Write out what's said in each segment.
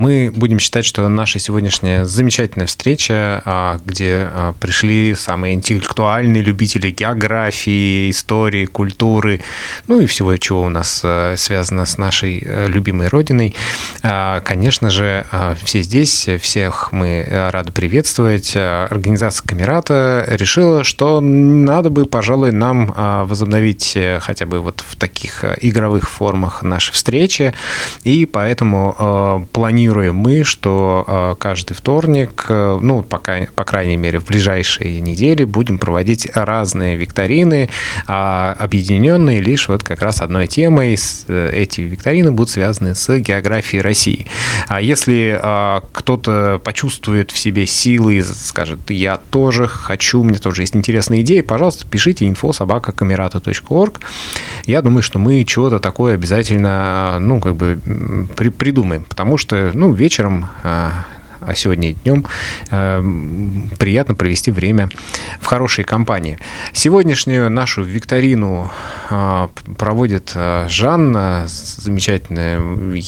Мы будем считать, что наша сегодняшняя замечательная встреча, где пришли самые интеллектуальные любители географии, истории, культуры, ну и всего, чего у нас связано с нашей любимой родиной. Конечно же, все здесь, всех мы рады приветствовать. Организация Камерата решила, что надо бы, пожалуй, нам возобновить хотя бы вот в таких игровых формах наши встречи, и поэтому планируем мы, что каждый вторник, ну, пока, по крайней мере, в ближайшие недели будем проводить разные викторины, объединенные лишь вот как раз одной темой. Эти викторины будут связаны с географией России. А если кто-то почувствует в себе силы и скажет: я тоже хочу, мне тоже есть интересные идеи, пожалуйста, пишите info@kamerata.org. Я думаю, что мы чего-то такое обязательно, ну, как бы придумаем, потому что, ну, вечером, а сегодня и днем, приятно провести время в хорошей компании. Сегодняшнюю нашу викторину проводит Жанна, замечательная.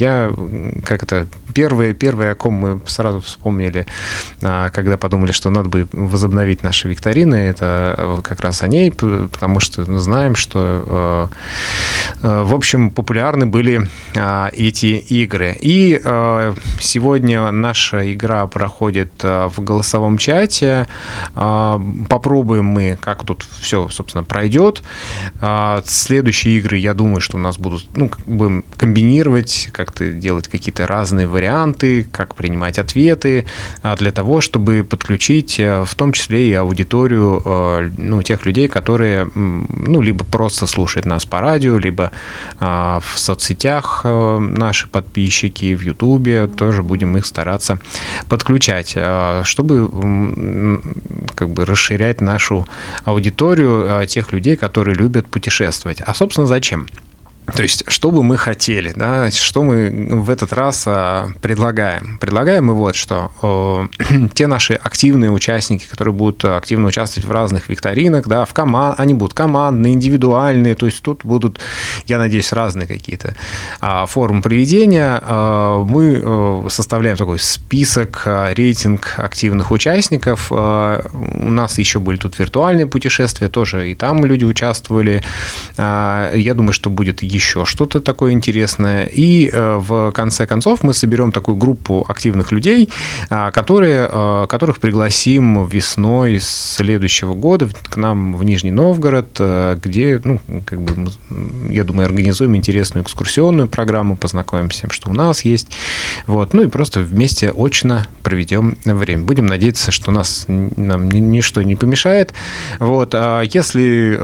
Первое, о ком мы сразу вспомнили, когда подумали, что надо бы возобновить наши викторины, это как раз о ней, потому что знаем, что, в общем, популярны были эти игры. И сегодня наша игра проходит в голосовом чате. Попробуем мы, как тут все, собственно, пройдет. Следующие игры, я думаю, что у нас будут, ну, как бы комбинировать, как-то делать какие-то разные варианты, как принимать ответы, для того, чтобы подключить в том числе и аудиторию, ну, тех людей, которые, ну, либо просто слушают нас по радио, либо в соцсетях наши подписчики, в Ютубе, тоже будем их стараться подключать, чтобы как бы расширять нашу аудиторию тех людей, которые любят путешествовать. А, собственно, зачем? То есть, что бы мы хотели, да, что мы в этот раз предлагаем? Предлагаем мы вот что. Те наши активные участники, которые будут активно участвовать в разных викторинах, да, они будут командные, индивидуальные, то есть тут будут, я надеюсь, разные какие-то формы проведения. Мы составляем такой список, рейтинг активных участников. У нас еще были тут виртуальные путешествия, тоже и там люди участвовали. Я думаю, что будет еще что-то такое интересное. И в конце концов мы соберем такую группу активных людей, которых пригласим весной следующего года к нам в Нижний Новгород, где, ну, как бы, я думаю, организуем интересную экскурсионную программу, познакомимся с тем, что у нас есть. Вот. Ну и просто вместе очно проведем время. Будем надеяться, что нам ничто не помешает. Вот. А если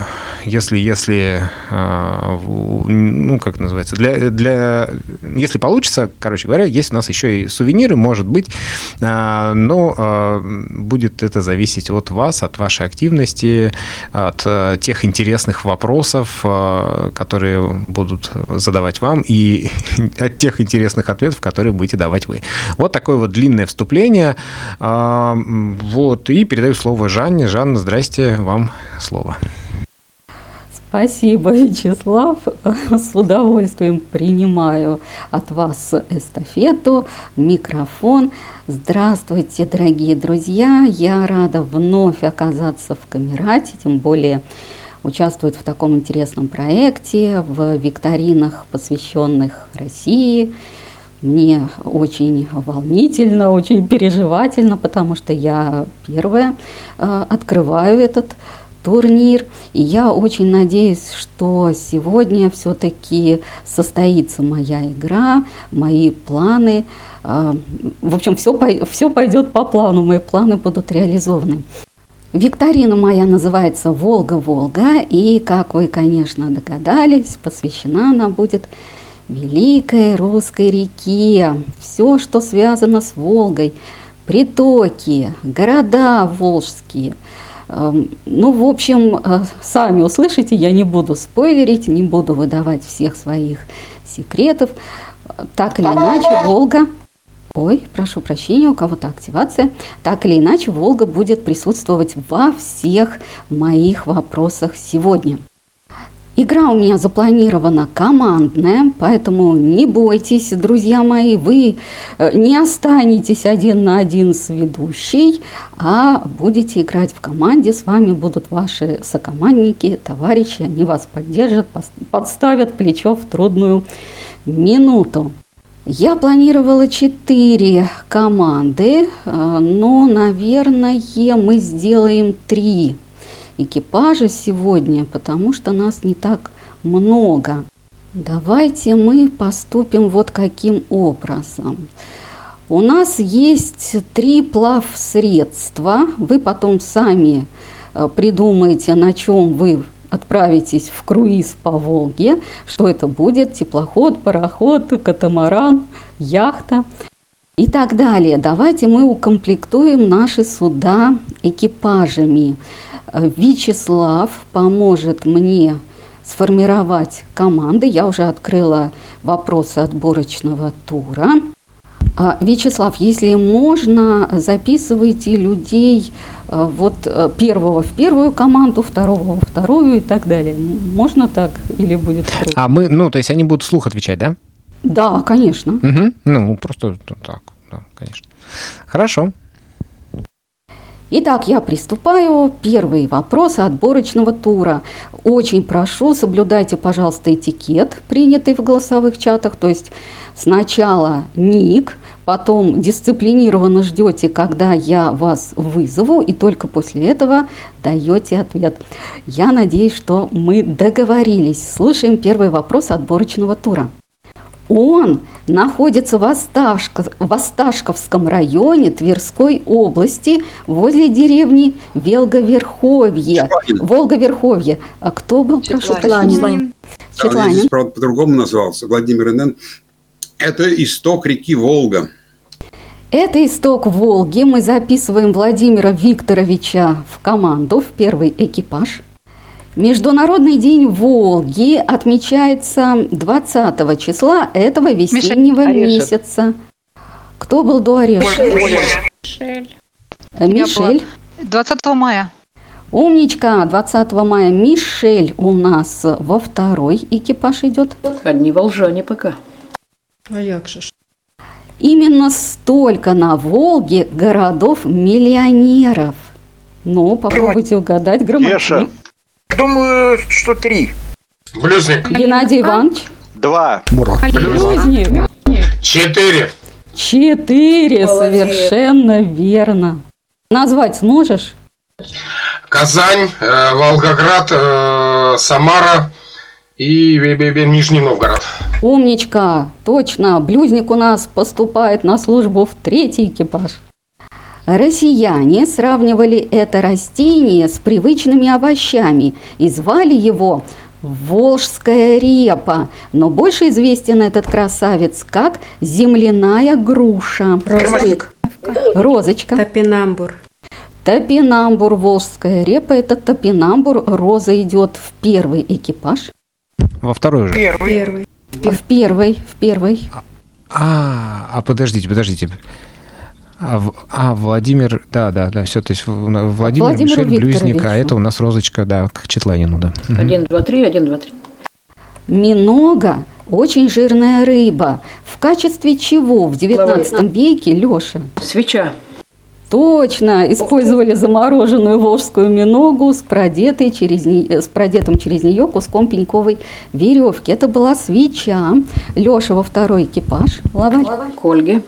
ну, как называется, если получится, короче говоря, есть у нас еще и сувениры, может быть, но будет это зависеть от вас, от вашей активности, от тех интересных вопросов, которые будут задавать вам, и от тех интересных ответов, которые будете давать вы. Вот такое вот длинное вступление. Вот, и передаю слово Жанне. Жанна, здрасте, вам слово. Спасибо, Вячеслав. С удовольствием принимаю от вас эстафету, микрофон. Здравствуйте, дорогие друзья. Я рада вновь оказаться в Камерате, тем более участвовать в таком интересном проекте, в викторинах, посвященных России. Мне очень волнительно, очень переживательно, потому что я первая открываю этот турнир. И я очень надеюсь, что сегодня все-таки состоится моя игра, мои планы. В общем, все пойдет по плану, мои планы будут реализованы. Викторина моя называется «Волга-Волга», и, как вы, конечно, догадались, посвящена она будет великой русской реке. Все, что связано с Волгой, притоки, города волжские. Ну, в общем, сами услышите, я не буду спойлерить, не буду выдавать всех своих секретов. Так или иначе, Волга... Ой, прошу прощения, у кого-то активация. Так или иначе, Волга будет присутствовать во всех моих вопросах сегодня. Игра у меня запланирована командная, поэтому не бойтесь, друзья мои, вы не останетесь один на один с ведущей, а будете играть в команде, с вами будут ваши сокомандники, товарищи, они вас поддержат, подставят плечо в трудную минуту. Я планировала 4 команды, но, наверное, мы сделаем 3 экипажа сегодня, потому что нас не так много. Давайте мы поступим вот каким образом. У нас есть 3 плавсредства. Вы потом сами придумаете, на чем вы отправитесь в круиз по Волге. Что это будет? Теплоход, пароход, катамаран, яхта и так далее. Давайте мы укомплектуем наши суда экипажами. Вячеслав поможет мне сформировать команды. Я уже открыла вопросы отборочного тура. Вячеслав, если можно, записывайте людей вот первого в первую команду, второго во вторую и так далее. Можно так или будет трудно? То есть они будут вслух отвечать, да? Да, конечно. Угу. Просто так, да, конечно. Хорошо. Итак, я приступаю. Первый вопрос отборочного тура. Очень прошу, соблюдайте, пожалуйста, этикет, принятый в голосовых чатах. То есть сначала ник, потом дисциплинированно ждете, когда я вас вызову, и только после этого даете ответ. Я надеюсь, что мы договорились. Слушаем первый вопрос отборочного тура. Он находится в Осташковском районе Тверской области, возле деревни Волговерховье. Волговерховье. А кто был? Светланин. Светланин. Здесь, правда, по-другому назывался. Владимир Н.Н. Это исток реки Волга. Это исток Волги. Мы записываем Владимира Викторовича в команду, в первый экипаж. Международный день Волги отмечается 20 числа этого весеннего месяца. Кто был до Орешка? Мишель. 20 мая. Умничка, 20 мая Мишель у нас во второй экипаж идет. Одни волжане пока. А як же ж? Именно столько на Волге городов-миллионеров. Ну, попробуйте угадать грамотно. Думаю, что 3. Блюзник. Геннадий Иванович. 2. Блюзник. 4. 4, совершенно верно. Назвать сможешь? Казань, Волгоград, Самара и Нижний Новгород. Умничка, точно. Блюзник у нас поступает на службу в третий экипаж. Россияне сравнивали это растение с привычными овощами и звали его волжская репа. Но больше известен этот красавец как земляная груша. Розовик. Розочка. Топинамбур. Топинамбур, волжская репа. Это топинамбур. Роза идет в первый экипаж. Во второй уже? Первый. В первый. Подождите. Владимир, да, все, то есть Владимир Мишель, Блюзник, а это у нас Розочка, да, к Четланину, да. 1, 2, 3, 1, 2, 3. Минога – очень жирная рыба. В качестве чего в 19 веке, Леша? Свеча. Точно, использовали замороженную волжскую миногу с продетым через нее куском пеньковой веревки. Это была свеча. Леша во второй экипаж. Лаваль. К Ольге.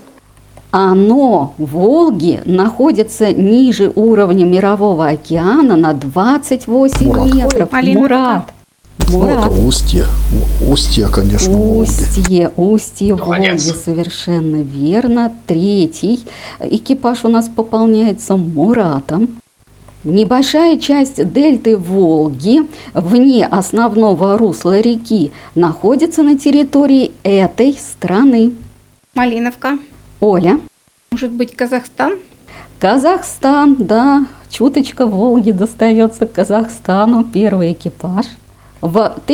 Оно в Волге находится ниже уровня Мирового океана на 28 метров. Мурат. Это устье. Устье, конечно, Волги. Устье Волги, совершенно верно. Третий экипаж у нас пополняется Муратом. Небольшая часть дельты Волги вне основного русла реки находится на территории этой страны. Малиновка. Оля. Может быть, Казахстан? Казахстан, да. Чуточка Волги достается Казахстану. Первый экипаж. В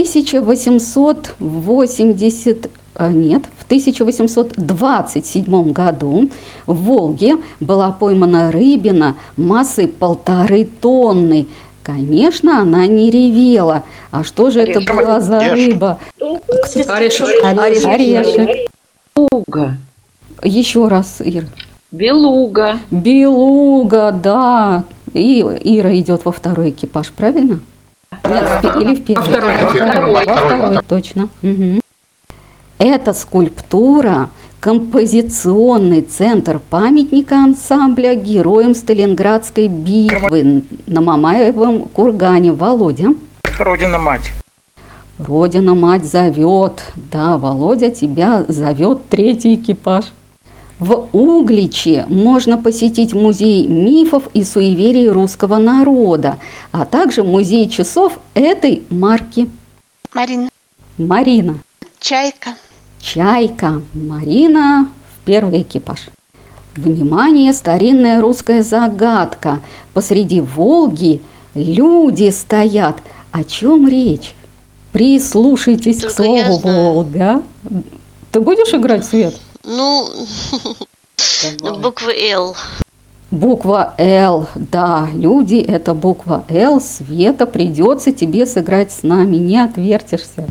1827 году в Волге была поймана рыбина массой 1,5 тонны. Конечно, она не ревела. А что же это была за рыба? Орешек. Орешек. Белуга. Еще раз, Ира. Белуга. Белуга, да. И Ира идет во второй экипаж, правильно? Нет, или в первый? Во второй, точно. Угу. Эта скульптура – композиционный центр памятника ансамбля героям Сталинградской битвы на Мамаевом кургане. Володя. Родина-мать. Родина-мать зовет. Да, Володя, тебя зовет третий экипаж. В Угличе можно посетить музей мифов и суеверий русского народа, а также музей часов этой марки. Марина. Марина. Чайка. Чайка. Марина в первый экипаж. Внимание, старинная русская загадка. Посреди Волги люди стоят. О чем речь? Прислушайтесь к слову Волга. Ты будешь играть, Свет? Ну, буква «Л». Буква «Л», да, люди, это буква «Л». Света, придется тебе сыграть с нами, не отвертишься.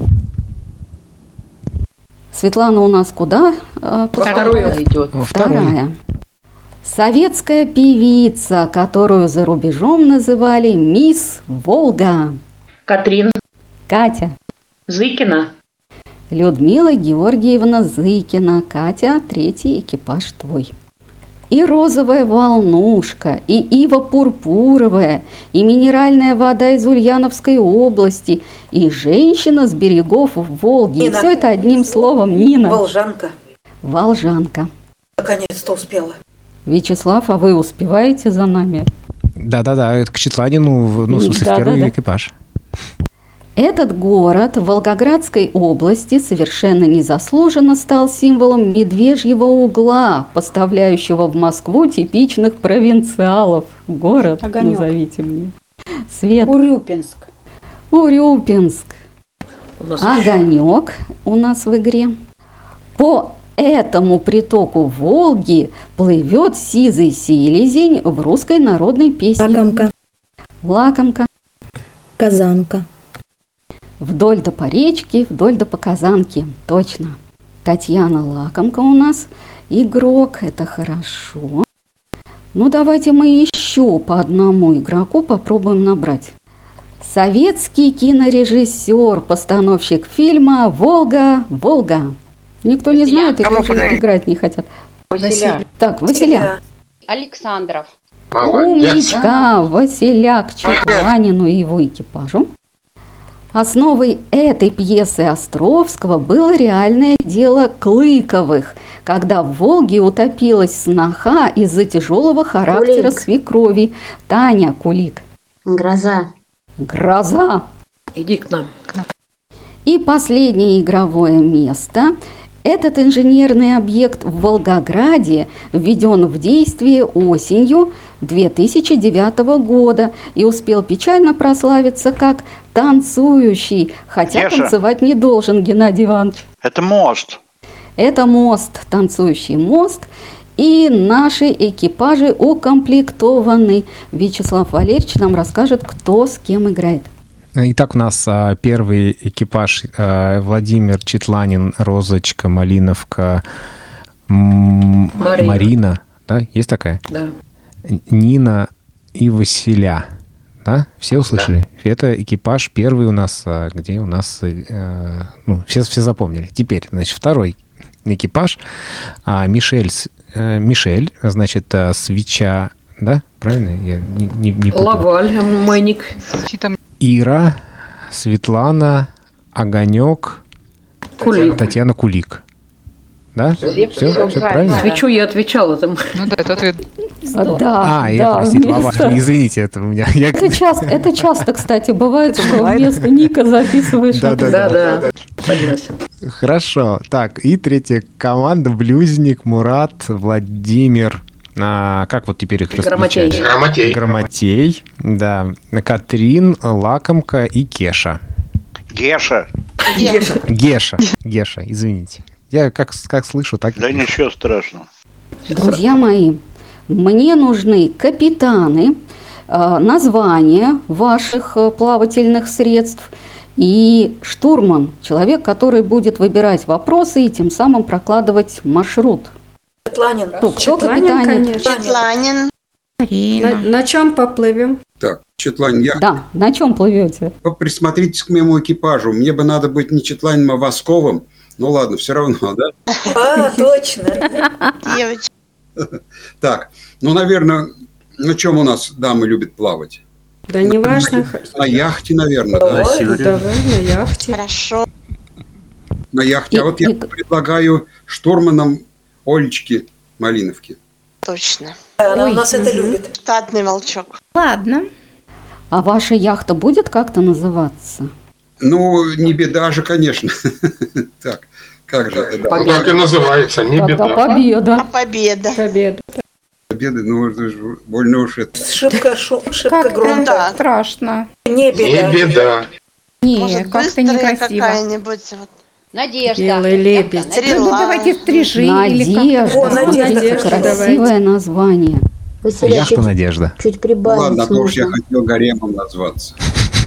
Светлана у нас куда? Вторая идет. Вторая. Советская певица, которую за рубежом называли «Мисс Волга». Катрин. Катя. Зыкина. Людмила Георгиевна Зыкина. Катя, третий экипаж твой. И розовая волнушка, и ива пурпуровая, и минеральная вода из Ульяновской области, и женщина с берегов Волги. Нина. И все это одним словом. Нина. Волжанка. Волжанка. Наконец-то успела. Вячеслав, а вы успеваете за нами? Да-да-да, это к Четланину, ну, в смысле, в первый экипаж. Этот город в Волгоградской области совершенно незаслуженно стал символом медвежьего угла, поставляющего в Москву типичных провинциалов. Город, Огонёк. назовите мне. Свет. Урюпинск. Урюпинск. Огонек у нас в игре. По этому притоку Волги плывет сизый селезень в русской народной песне. Лакомка. Лакомка. Казанка. Вдоль да по речке, вдоль да по казанке. Точно. Татьяна Лакомка у нас игрок. Это хорошо. Ну, давайте мы еще по одному игроку попробуем набрать. Советский кинорежиссер, постановщик фильма «Волга, Волга». Никто не знает, или уже играть не хотят. Василяк. Так, Василяк. Александров. Умничка, Василяк Четланину и его экипажу. Основой этой пьесы Островского было реальное дело Клыковых, когда в Волге утопилась сноха из-за тяжелого характера свекрови. Таня Кулик. Гроза. Гроза. Иди к нам. И последнее игровое место. Этот инженерный объект в Волгограде введен в действие осенью 2009 года и успел печально прославиться как танцующий, хотя Яша. танцевать не должен, Геннадий Иванович. Это мост. Это мост, танцующий мост, и наши экипажи укомплектованы. Вячеслав Валерьевич нам расскажет, кто с кем играет. Итак, у нас первый экипаж Владимир Четланин, Розочка, Малиновка, Марина. Да, есть такая? Да. Нина и Василя. Да? Все услышали? Да. Это экипаж первый у нас, где у нас... ну, все запомнили. Теперь, значит, второй экипаж. Мишель, значит, свеча, да? Правильно? Я не путаю. Лаваль, Майник. Ира, Светлана, Огонек, Кулик. Татьяна Кулик. Да? Все правильно? Свечу я отвечала там. Ну да, это ответ. Да, я, простите, извините, это у меня... Это часто, кстати, бывает, что вместо ника записываешь. Да. Согласен. Хорошо. Так, и третья команда. Блюзник, Мурат, Владимир. Как вот теперь их распределять? Грамотей. Да. Катрин, Лакомка и Кеша. Геша. Геша, извините. Я как слышу, так... Да ничего страшного. Друзья мои, мне нужны капитаны, название ваших плавательных средств и штурман, человек, который будет выбирать вопросы и тем самым прокладывать маршрут. Четланин. Кто капитанит? Четланин. На чем поплывем? Так, Четланин, я... Да, на чем плывете? Присмотритесь к моему экипажу. Мне бы надо быть не Четланиным, а Восковым. Ну ладно, все равно, да? А, точно. Девочка. Так, ну, наверное, на чем у нас дамы любят плавать? Да не важно. На яхте, наверное, да? Давай на яхте. Хорошо. На яхте. А вот я предлагаю штурманам Олечки Малиновки. Точно. Она у нас это любит. Штатный волчок. Ладно. А ваша яхта будет как-то называться? Ну, не беда же, конечно. Так, как же это? Ну, так и называется, не Тогда беда. победа. А победа. Победа. Победы, ну, это же больно уж это. Шибко Как громко. Да. страшно. Не Не беда. беда. Не, Может, как-то быстрая некрасиво. какая-нибудь. Вот. Надежда. Белый лебедь. Стрела. Ну, давайте стрижи или Надежда. О, Надежда, Надежда, Красивое название. Василий, Яхта чуть, Надежда. чуть Ну, прибавить ладно, а то уж я нужно. хотел гаремом назваться.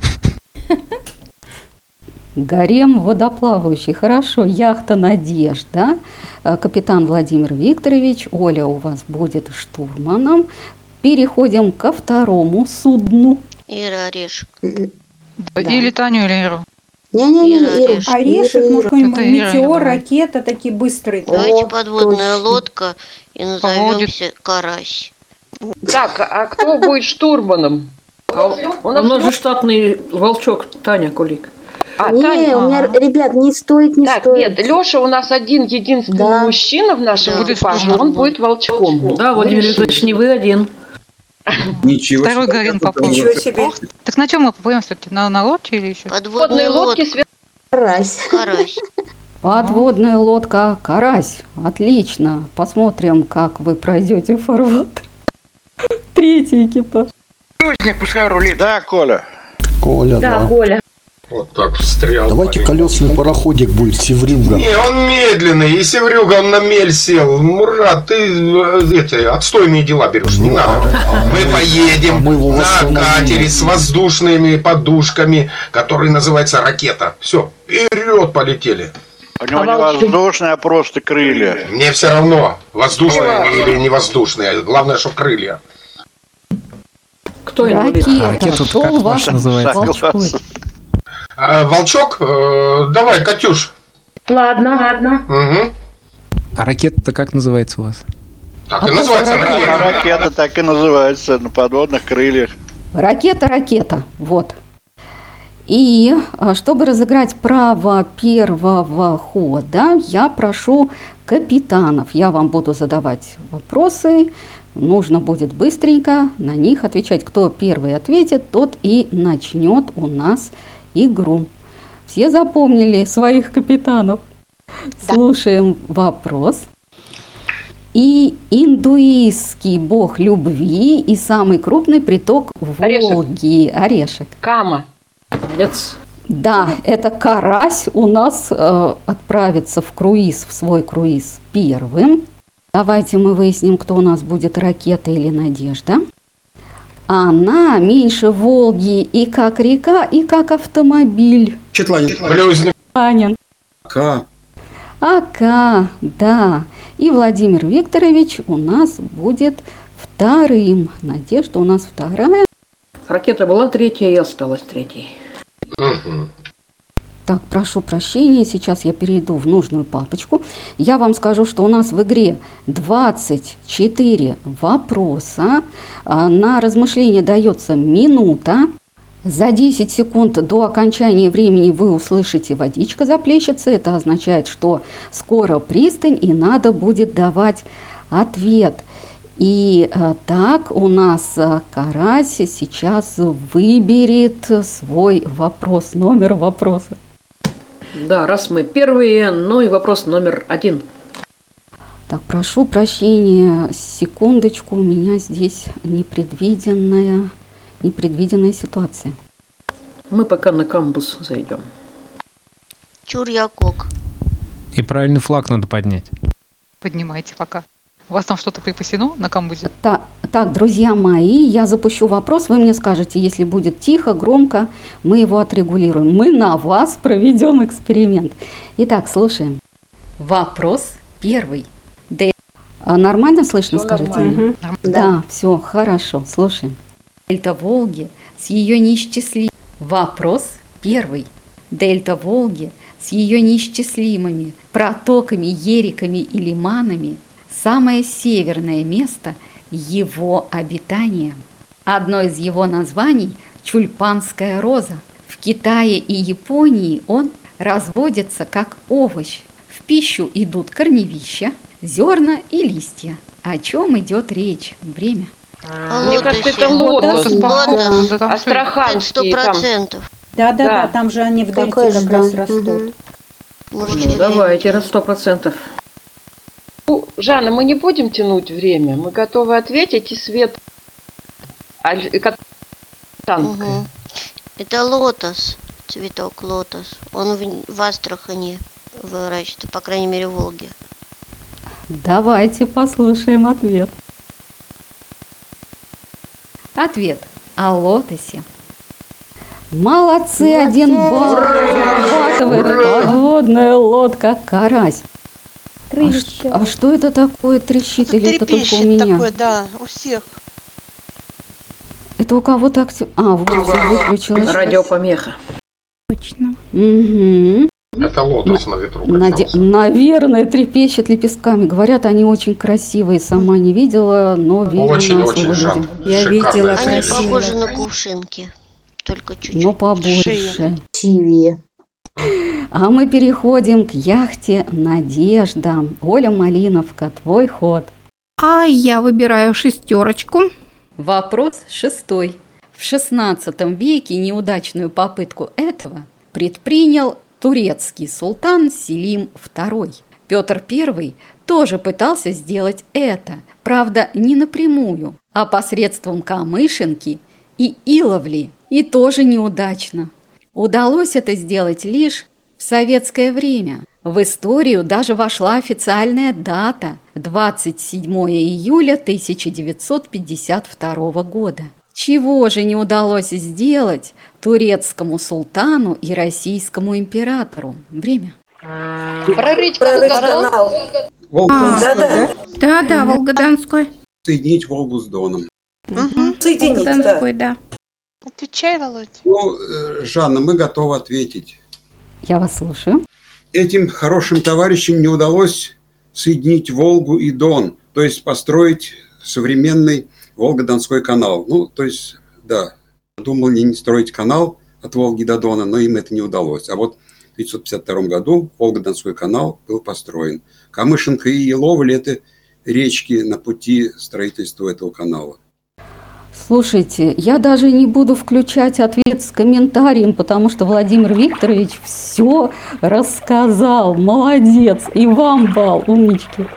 Гарем водоплавающий. Хорошо. Яхта Надежда. Капитан Владимир Викторович. Оля у вас будет штурманом. Переходим ко второму судну. Ира Орешек. Или Таню, или Иру. Не-не-не, Ира, Иру. Орешек, Иру, может, Иру. какой-нибудь Это Ира, метеор, давай. ракета, такие быстрые. Давайте О, подводная точно. лодка и назовемся Карась. Так, а кто будет штурманом? У нас же штатный волчок Таня Кулик. Не, у меня, ребят, не стоит, не Так, стоит. нет, Леша у нас один единственный Да. мужчина в нашем Да. экипаже, он будет волчком. Да, Владимир Викторович, не вы один. Ничего Второй себе. Гарем Как это попал. Ничего себе. Так на чем мы поплывем, кстати? На лодке или еще? Подводная Водные лодки лодка. Карась. Карась. Подводная лодка «Карась». Отлично. Посмотрим, как вы пройдете фарватер. Третий экипаж. Пускай рулит. Да, Коля. Коля, да. Коля. Вот так встрял. Давайте колесный пароходик будет Севрюга. Не, он медленный, и Севрюга, он на мель сел. Мурат, ты эти отстойные дела берешь, не надо. Мы поедем мы его на восстановим. катере с воздушными подушками, который называется ракета. Все, вперед полетели. У него не воздушные, а просто крылья. Мне все равно, воздушные или не воздушные. Главное, что крылья. Кто инвалид? Ракета. ракета Что как у вас ваша называется? волчкует? Волчок, давай, Катюш. Ладно. Угу. А ракета-то как называется у вас? Так и называется А ракета. ракета так и называется, на подводных крыльях. Ракета. Вот. И чтобы разыграть право первого хода, я прошу капитанов. Я вам буду задавать вопросы. Нужно будет быстренько на них отвечать. Кто первый ответит, тот и начнет у нас игру. Все запомнили своих капитанов? Да. Слушаем вопрос. И индуистский бог любви и самый крупный приток Волги. Орешек. Кама. Молодец. Да, это Карась у нас отправится в круиз, в свой круиз первым. Давайте мы выясним, кто у нас будет, Ракета или Надежда. Она меньше Волги и как река, и как автомобиль. Четланин. Блюзник. Анин. К. Ака, да. И Владимир Викторович у нас будет вторым. Надежда у нас вторая. Ракета была третья и осталась третьей. Угу. Так, прошу прощения, сейчас я перейду в нужную папочку. Я вам скажу, что у нас в игре 24 вопроса. На размышление дается минута. За 10 секунд до окончания времени вы услышите, водичка заплещется. Это означает, что скоро пристань и надо будет давать ответ. И так у нас Карась сейчас выберет свой вопрос, номер вопроса. Да, раз мы первые, ну и вопрос номер 1. Так, прошу прощения, секундочку, у меня здесь непредвиденная ситуация. Мы пока на камбус зайдем. Чурьякок. И правильный флаг надо поднять. Поднимайте пока. У вас там что-то припасено на камбузе? Так, друзья мои, я запущу вопрос, вы мне скажете, если будет тихо, громко, мы его отрегулируем. Мы на вас проведем эксперимент. Итак, слушаем. Вопрос первый. Нормально слышно, Всё скажите? нормально. Да, все, хорошо, слушаем. Дельта Волги с ее неисчислимыми. Вопрос первый. Дельта Волги с ее неисчислимыми протоками, ериками и лиманами – самое северное место его обитания. Одно из его названий – тюльпанская роза. В Китае и Японии он разводится как овощ. В пищу идут корневища, зерна и листья. О чем идет речь? Время. Мне кажется, это лотос. Астраханский. 100%. Да, там же они в дельте как раз растут. Ну, давайте, на 100%. Ну, Жанна, мы не будем тянуть время. Мы готовы ответить, и Свет... Угу. Это лотос, цветок лотос. Он в Астрахани выращивается, по крайней мере, в Волге. Давайте послушаем ответ. Ответ о лотосе. Молодцы, 1 балл. Захватывает подводная лодка «Карась». А что это такое трещит? Или это только у меня? Такое, да, у всех. Это у кого-то актив... вот выключилось. Радиопомеха. Точно. Угу. Это лотос на ветру. Наверное, трепещет лепестками. Говорят, они очень красивые. Сама не видела, но видела. Очень-очень жалко. Я видела Они красиво. похожи на кувшинки, только чуть-чуть. Но побольше. Чиви. А мы переходим к яхте «Надежда». Оля Малиновка, твой ход. А я выбираю 6. Вопрос 6. В XVI веке неудачную попытку этого предпринял турецкий султан Селим II. Петр I тоже пытался сделать это, правда, не напрямую, а посредством Камышинки и Иловли, и тоже неудачно. Удалось это сделать лишь в советское время. В историю даже вошла официальная дата – 27 июля 1952 года. Чего же не удалось сделать турецкому султану и российскому императору? Время. Прорыть канал. Да, Волгодонской. Соединить Волгу с Доном. Соединить, Волгодонской, да. Отвечай, Володь. Ну, Жанна, мы готовы ответить. Я вас слушаю. Этим хорошим товарищам не удалось соединить Волгу и Дон, то есть построить современный Волго-Донской канал. Ну, то есть, да, думали не строить канал от Волги до Дона, но им это не удалось. А вот в 1952 году Волго-Донской канал был построен. Камышинка и Иловль – это речки на пути строительства этого канала. Слушайте, я даже не буду включать ответ с комментарием, потому что Владимир Викторович все рассказал. Молодец. И вам балл, умнички.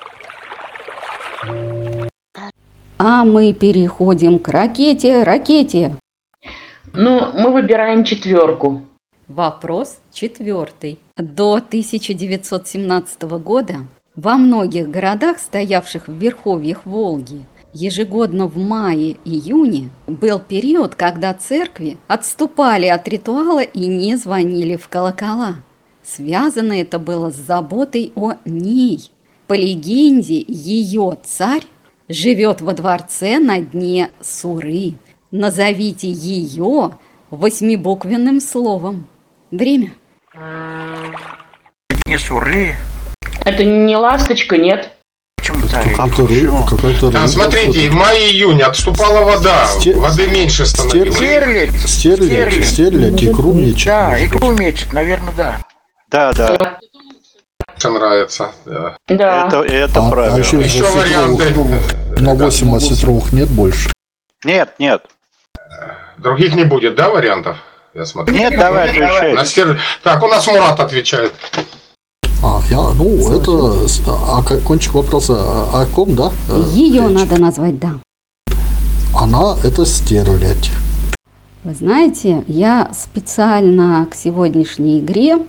А мы переходим к ракете. Ну, мы выбираем 4. Вопрос 4. До 1917 года во многих городах, стоявших в верховьях Волги, ежегодно в мае-июне был период, когда церкви отступали от ритуала и не звонили в колокола. Связано это было с заботой о ней. По легенде, ее царь живет во дворце на дне Суры. Назовите ее 8-буквенным словом. Время. Не Суры. Это не ласточка, нет? Там, смотрите, в мае-июне отступала вода, воды меньше становилось. Стерлядь, икру мечет. Да, икру мечет, наверное, да. Да. Мне нравится, да. Это правильно. Еще варианты. На 8 осетровых нет больше? Нет. Других не будет, да, вариантов? Я смотрю. Нет, давай, отвечай. Так, у нас Мурат отвечает. Кончик вопроса о ком, да? Ее надо назвать, да. Она – это стерлядь. Вы знаете, я специально к сегодняшней игре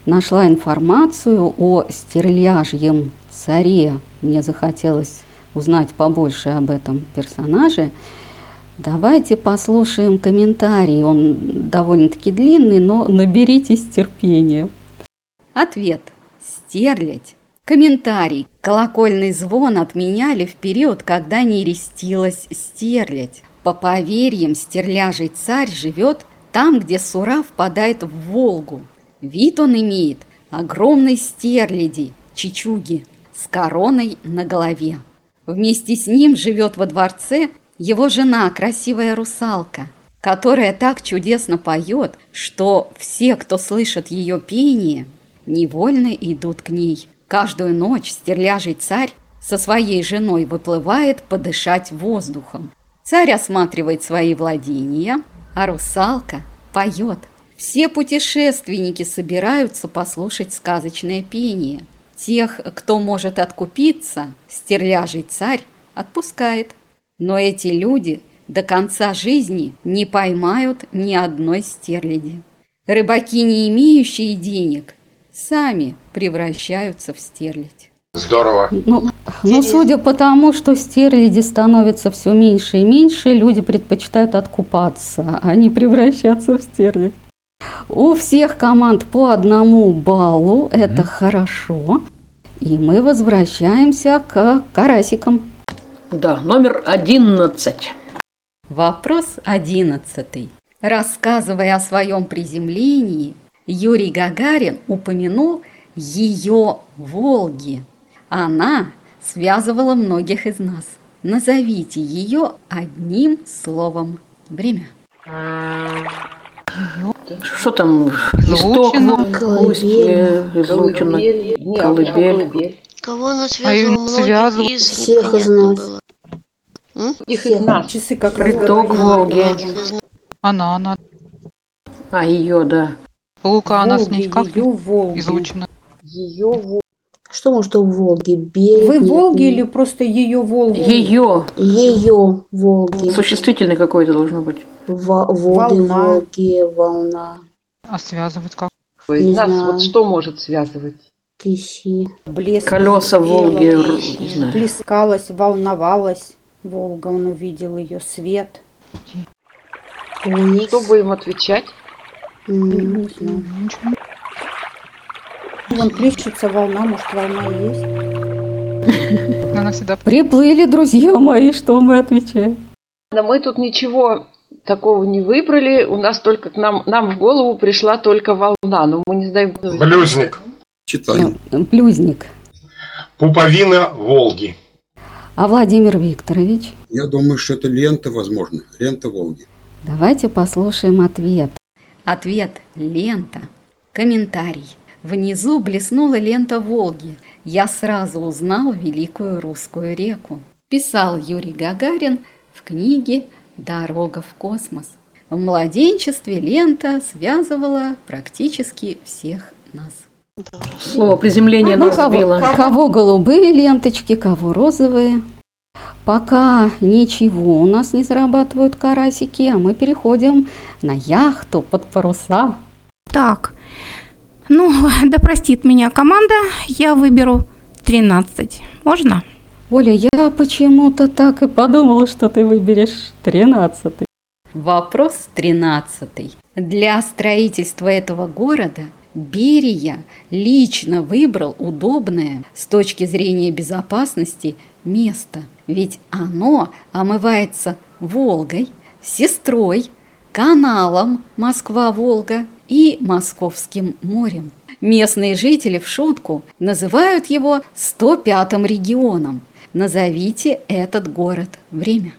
нашла информацию о стерляжьем царе. Мне захотелось узнать побольше об этом персонаже. Давайте послушаем комментарий. Он довольно-таки длинный, но наберитесь терпения. Ответ. Стерлядь. Комментарий. Колокольный звон отменяли в период, когда нерестилась стерлядь. По поверьям, стерляжий царь живет там, где Сура впадает в Волгу. Вид он имеет огромной стерляди, чичуги, с короной на голове. Вместе с ним живет во дворце его жена, красивая русалка, которая так чудесно поет, что все, кто слышит ее пение, невольно идут к ней. Каждую ночь стерляжий царь со своей женой выплывает подышать воздухом. Царь осматривает свои владения, а русалка поет. Все путешественники собираются послушать сказочное пение. Тех, кто может откупиться, стерляжий царь отпускает. Но эти люди до конца жизни не поймают ни одной стерляди. Рыбаки, не имеющие денег, сами превращаются в стерлядь. Здорово. Но судя по тому, что стерляди становятся все меньше и меньше, люди предпочитают откупаться, а не превращаться в стерлядь. У всех команд по 1 баллу, это хорошо. И мы возвращаемся к карасикам. Да, номер 11. Вопрос 11. Рассказывая о своем приземлении, Юрий Гагарин упомянул ее Волги. Она связывала многих из нас. Назовите ее одним словом. Время. Что там? Листок, устье, излучина, колыбель. Кого она связывала? Многих из Всех из нас. Их из нас. Часы как Приток Волги. Она. А, ее, да. Лука, она с ней как ее Волги. излучена. Ее Волги. Что может у Волги? Берег? Вы нет, Волги нет. или просто ее Волги? Ее. Ее Волги. Существительный какой-то должно быть. Волги, Волна. Волги, волна. А связывать как? Не Нас знаю. вот что может связывать? Тыси. Блеск. Колеса Волги, не знаю. Плескалась, волновалась. Волга, он увидел ее свет. Что будем отвечать? Не знаю. Вон плещется волна, может, волна и есть. Она всегда... Приплыли, друзья мои, что мы отвечаем? Да мы тут ничего такого не выбрали. У нас только нам в голову пришла только волна. Но мы не знаем... Блюзник. Читаем. Блюзник. Пуповина Волги. А Владимир Викторович? Я думаю, что это лента, возможно. Лента Волги. Давайте послушаем ответ. Ответ – лента. Комментарий. Внизу блеснула лента Волги. Я сразу узнал великую русскую реку. Писал Юрий Гагарин в книге «Дорога в космос». В младенчестве лента связывала практически всех нас. Слово приземление нас сбило. Кого голубые ленточки, кого розовые. Пока ничего у нас не зарабатывают карасики, а мы переходим на яхту под паруса. Так, да простит меня команда, я выберу 13. Можно? Оля, я почему-то так и подумала, что ты выберешь 13. Вопрос 13. Для строительства этого города Берия лично выбрал удобное с точки зрения безопасности место, ведь оно омывается Волгой, Сестрой, каналом Москва-Волга и Московским морем. Местные жители в шутку называют его 105-м регионом. Назовите этот город. Время.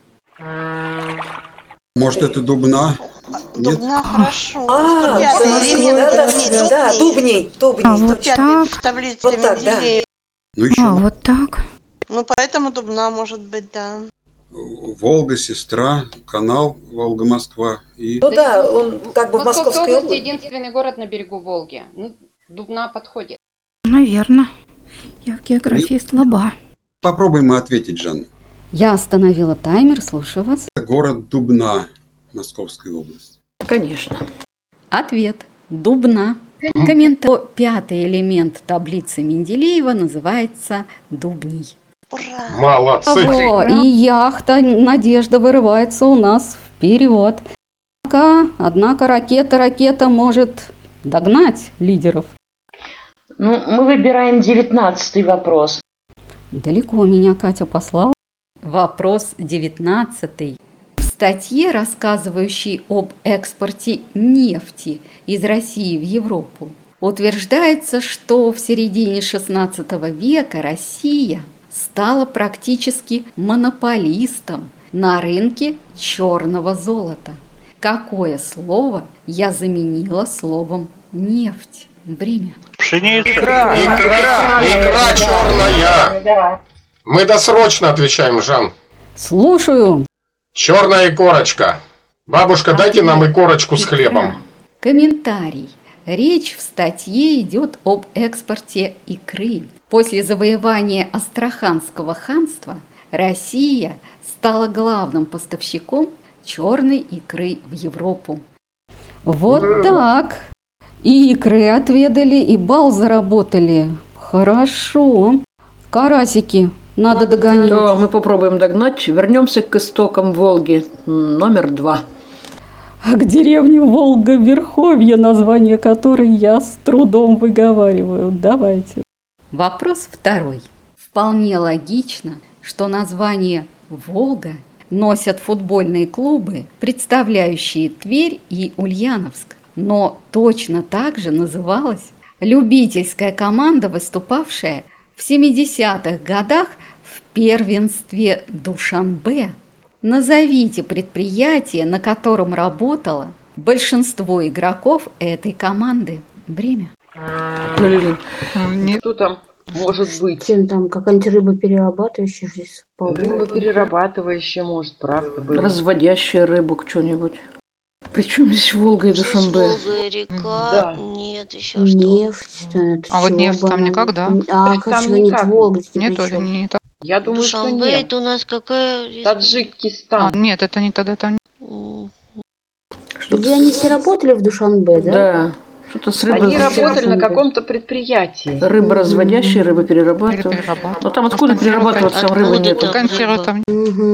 Может, это Дубна? Нет? Дубна хорошо. Да, Дубней. А вот так. В таблице Вот так, да. Менделеева. Ну, еще А вот так. Ну, поэтому Дубна может быть, да. Волга, Сестра, канал Волга-Москва и... Ну да, он как бы в Московской области. Единственный город на берегу Волги. Дубна подходит. Наверное. Я в географии слаба. Попробуем мы ответить, Жанна. Я остановила таймер, слушаю вас. Город Дубна, Московской области. Конечно. Ответ. Дубна. Комментарий. Пятый элемент таблицы Менделеева называется дубний. Молодцы. О, и яхта «Надежда» вырывается у нас вперед. Однако ракета может догнать лидеров. Ну, мы выбираем 19-й вопрос. Далеко меня Катя послала. Вопрос 19. В статье, рассказывающей об экспорте нефти из России в Европу, утверждается, что в середине XVI века Россия стала практически монополистом на рынке черного золота. Какое слово я заменила словом нефть? Время. Пшеница. Икра черная. Мы досрочно отвечаем, Жан. Слушаю. Черная икорочка. Бабушка, дайте нам икорочку с хлебом. Комментарий. Речь в статье идет об экспорте икры. После завоевания Астраханского ханства Россия стала главным поставщиком черной икры в Европу. Вот так. И икры отведали, и бал заработали. Хорошо. Карасики надо догонять. Да, мы попробуем догнать. Вернемся к истокам Волги. Номер 2. К деревне Волга-Верховье, название которой я с трудом выговариваю. Давайте. Вопрос 2. Вполне логично, что название «Волга» носят футбольные клубы, представляющие Тверь и Ульяновск. Но точно так же называлась любительская команда, выступавшая в 70-х годах в первенстве Душанбе. Назовите предприятие, на котором работало большинство игроков этой команды. Время. Что там может быть? Чем там, какая-нибудь рыба-перерабатывающая здесь? Рыба-перерабатывающая, может, правда быть. Разводящая рыбу что-нибудь. Причем здесь Волга и Душанбе? Волга, река, Да. нет, еще Нефть. А вот нефть там никогда. А, Там как не никак. Волга? Нет, Оля, не так. Я думаю, что Душанбе, нет. это у нас какая... Таджикистан. Нет, это не тогда там. Где они все работали в Душанбе, да? Да. Что-то с рыбой. Они работали на каком-то предприятии. Рыба разводящая, рыба перерабатывающая. Но там откуда перерабатывать, там рыбы нет. Консервы там.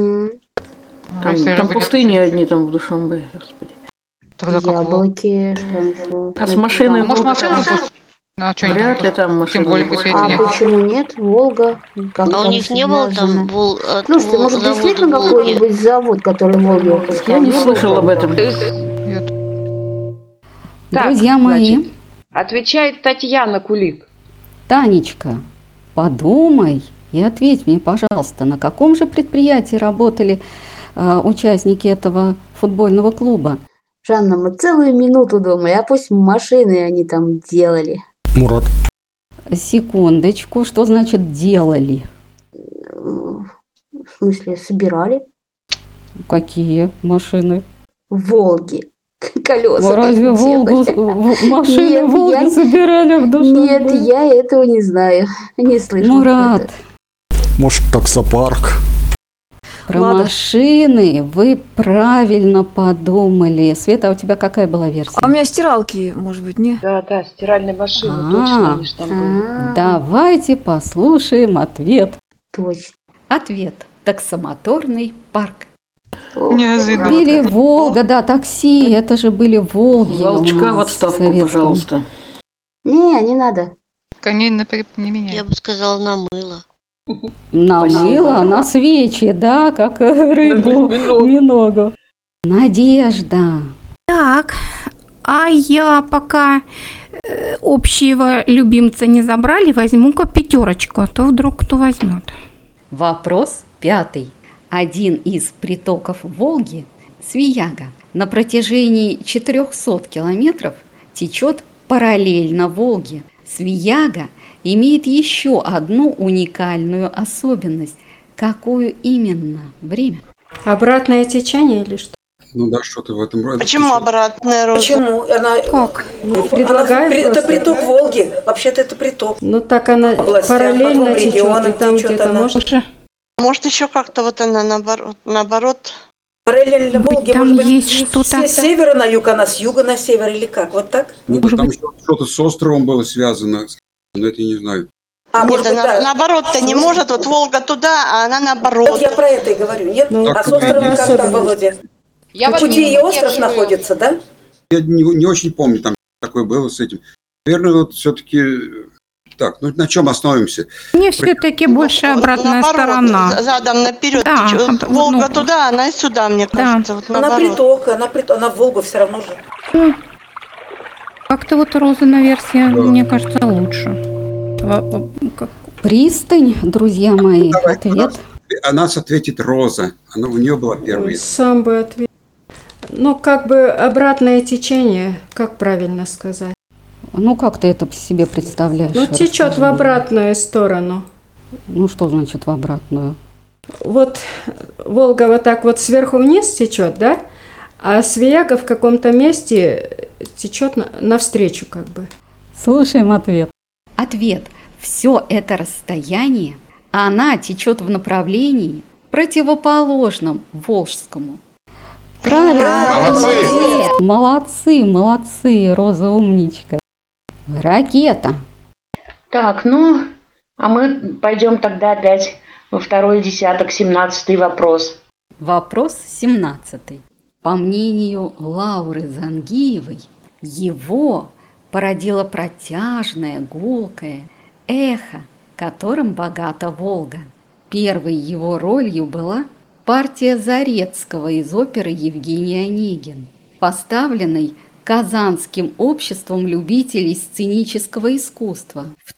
Там пустыни одни там в Душанбе, господи. Яблоки. А с машиной? Может, машину пусть? А что Вряд ли там машина. Тем более, если это А нет. почему нет? Волга. Как А у там них не было там Слушайте, может действительно какой-нибудь завод, который в Волге выпускал? Я не слышал об этом. Друзья мои, значит, отвечает Татьяна Кулик. Танечка, подумай и ответь мне, пожалуйста, на каком же предприятии работали участники этого футбольного клуба? Жанна, мы целую минуту думаем, а пусть машины они там делали. Мурат. Секундочку, что значит делали? В смысле, собирали? Какие машины? Волги. Колеса. Разве Волгу, машины Нет, Волги собирали в Душанбе? Нет, я этого не знаю. Не слышала. Мурат. Может, таксопарк. Про машины вы правильно подумали. Света, а у тебя какая была версия? А у меня стиралки, может быть, не? Да, стиральные машины, точно они ж там были. Давайте послушаем ответ. Точно. Ответ. Таксомоторный парк. Неожиданно. Или Волга, да, такси, это же были Волги. Волчка в отставку, пожалуйста. Не надо. Коней не меняй. Я бы сказала, на мыло. На мыло, на свечи, да, как рыбу, миногу. Надежда. Так, а я пока общего любимца не забрали, возьму-ка 5, а то вдруг кто возьмет. Вопрос 5. Один из притоков Волги, Свияга, на протяжении 400 километров течет параллельно Волге. Свияга имеет еще одну уникальную особенность. Какую именно? Время. Обратное течение или что? Ну да, что-то в этом роде. Почему обратная роза? Почему? Она Как? это приток Волги. Вообще-то это приток. Ну так она параллельно течет, и там где-то Может, еще как-то вот она наоборот Параллельно Волге, там может быть, есть что-то. с севера на юг, а она с юга на север, или как? Вот так? Ну, там что-то с островом было связано, но это я не знаю. А Нет, может быть, да. наоборот-то не может. Вот Волга туда, а она наоборот. Вот я про это и говорю. Нет? А с островом как там, Володя? Я В вот пути не ее остров удерживаю. находится, да? Я не очень помню, там такое было с этим. Наверное, вот все-таки... Так, ну на чем остановимся? Мне все-таки больше обратная сторона. Задом наперед. Да, Волга туда, она сюда, мне кажется. Вот Она наоборот. приток, она в Волгу все равно же. Как-то вот Розина версия, мне кажется, лучше. Пристань, друзья мои, ответ. О нас ответит Роза. Она, у нее была первая. Сам бы ответил. Ну, как бы обратное течение, как правильно сказать? Ну, как ты это себе представляешь? Ну, течет в обратную сторону. Ну, что значит в обратную? Вот Волга вот так вот сверху вниз течет, да? А Свияга в каком-то месте течет навстречу как бы. Слушаем ответ. Ответ. Все это расстояние, она течет в направлении противоположном Волжскому. Правильно. Молодцы, Роза умничка. Ракета. Так, ну, а мы пойдем тогда опять во второй десяток, 17-й вопрос. Вопрос 17. По мнению Лауры Зангиевой, его породило протяжное, гулкое эхо, которым богата Волга. Первой его ролью была партия Зарецкого из оперы «Евгений Онегин», поставленной Казанским обществом любителей сценического искусства в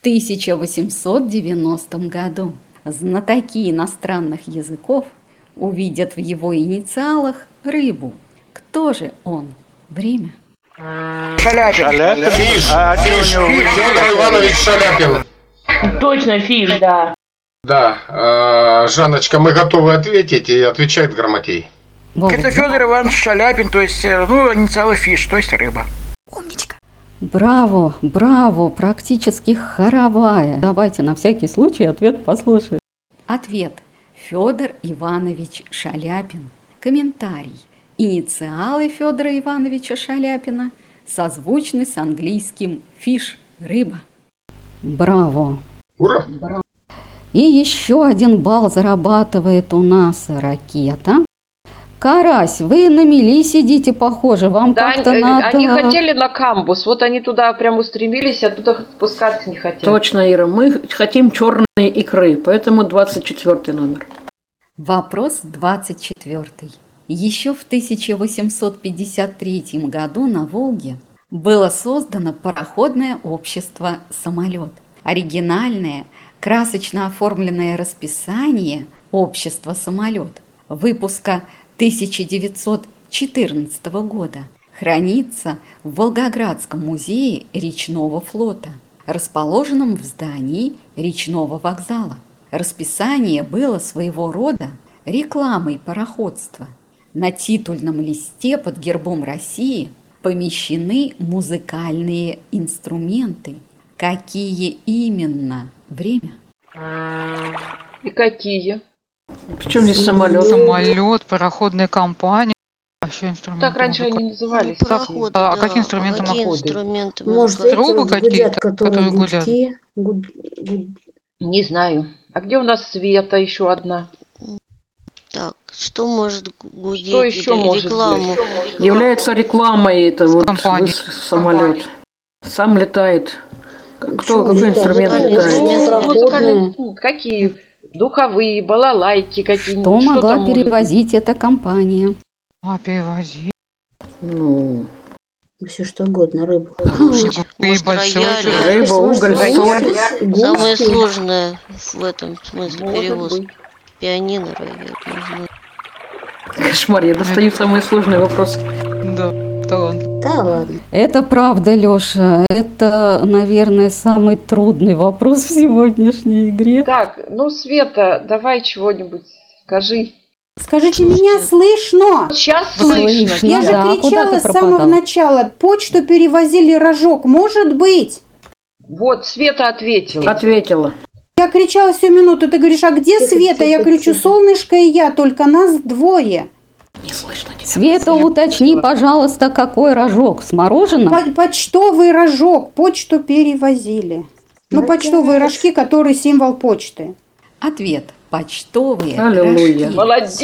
1890 году. Знатоки иностранных языков увидят в его инициалах рыбу. Кто же он? Время. Шаляпин. Фиш. Федор Иванович Шаляпин. Точно, Фиш, да. Да, Жанночка, мы готовы ответить, и отвечает Грамотей. Это Федор Иванович Шаляпин, то есть, ну, инициалы Фиш, то есть рыба. Умничка. Браво, практически хоровая. Давайте на всякий случай ответ послушаем. Ответ. Федор Иванович Шаляпин. Комментарий. Инициалы Федора Ивановича Шаляпина созвучны с английским fish – рыба. Браво! Ура! Браво. И еще 1 балл зарабатывает у нас ракета. Карась, вы на мели сидите, похоже, вам Да, как-то надо... они хотели на камбус, вот они туда прям устремились, оттуда спускаться не хотят. Точно, Ира, мы хотим черные икры, поэтому 24 номер. Вопрос 24. Еще в 1853 году на Волге было создано пароходное общество «Самолет». Оригинальное, красочно оформленное расписание общества «Самолет» выпуска 1914 года хранится в Волгоградском музее речного флота, расположенном в здании речного вокзала. Расписание было своего рода рекламой пароходства. На титульном листе под гербом России помещены музыкальные инструменты. Какие именно? Время? И какие? Причем здесь самолет? Самолет, пароходная компания. Вообще инструменты. Так раньше они назывались. Пароход, а какие инструменты инструменты? Может, Трубы эти какие-то, которые гудят? Не знаю. А где у нас Света еще одна? Так, что может гудеть? Что еще может Рекламу. быть? Является рекламой это вот Компания. самолет. Сам летает. Кто, какой инструмент летает? Музыкальные, какие? Духовые, балалайки какие-нибудь. Что Что могла там может перевозить эта компания? А, перевози. Ну, Все что угодно, рыбу. Может, рояль. рыба, уголь, соль. Самое сложное в этом смысле перевоз. Пианино, рояль, не знаю. Кошмар, я достаю самые сложные вопросы. Да, талант. Да ладно. Это правда, Лёша. Это, наверное, самый трудный вопрос в сегодняшней игре. Так, ну, Света, давай чего-нибудь скажи. Скажите, меня слышно? Сейчас слышно. Я же Да, куда кричала ты с самого пропадала? начала. Почту перевозили рожок. Может быть? Вот, Света ответила. Ответила. Я кричала всю минуту. Ты говоришь, а где Света? Я кричу, солнышко и я, только нас двое. Не слышно тебя. Света, уточни, пожалуйста, какой рожок? С мороженым? Почтовый рожок, почту перевозили. Ну, почтовые рожки, которые символ почты. Ответ. Почтовые Аллилуйя. рожки. Молодец!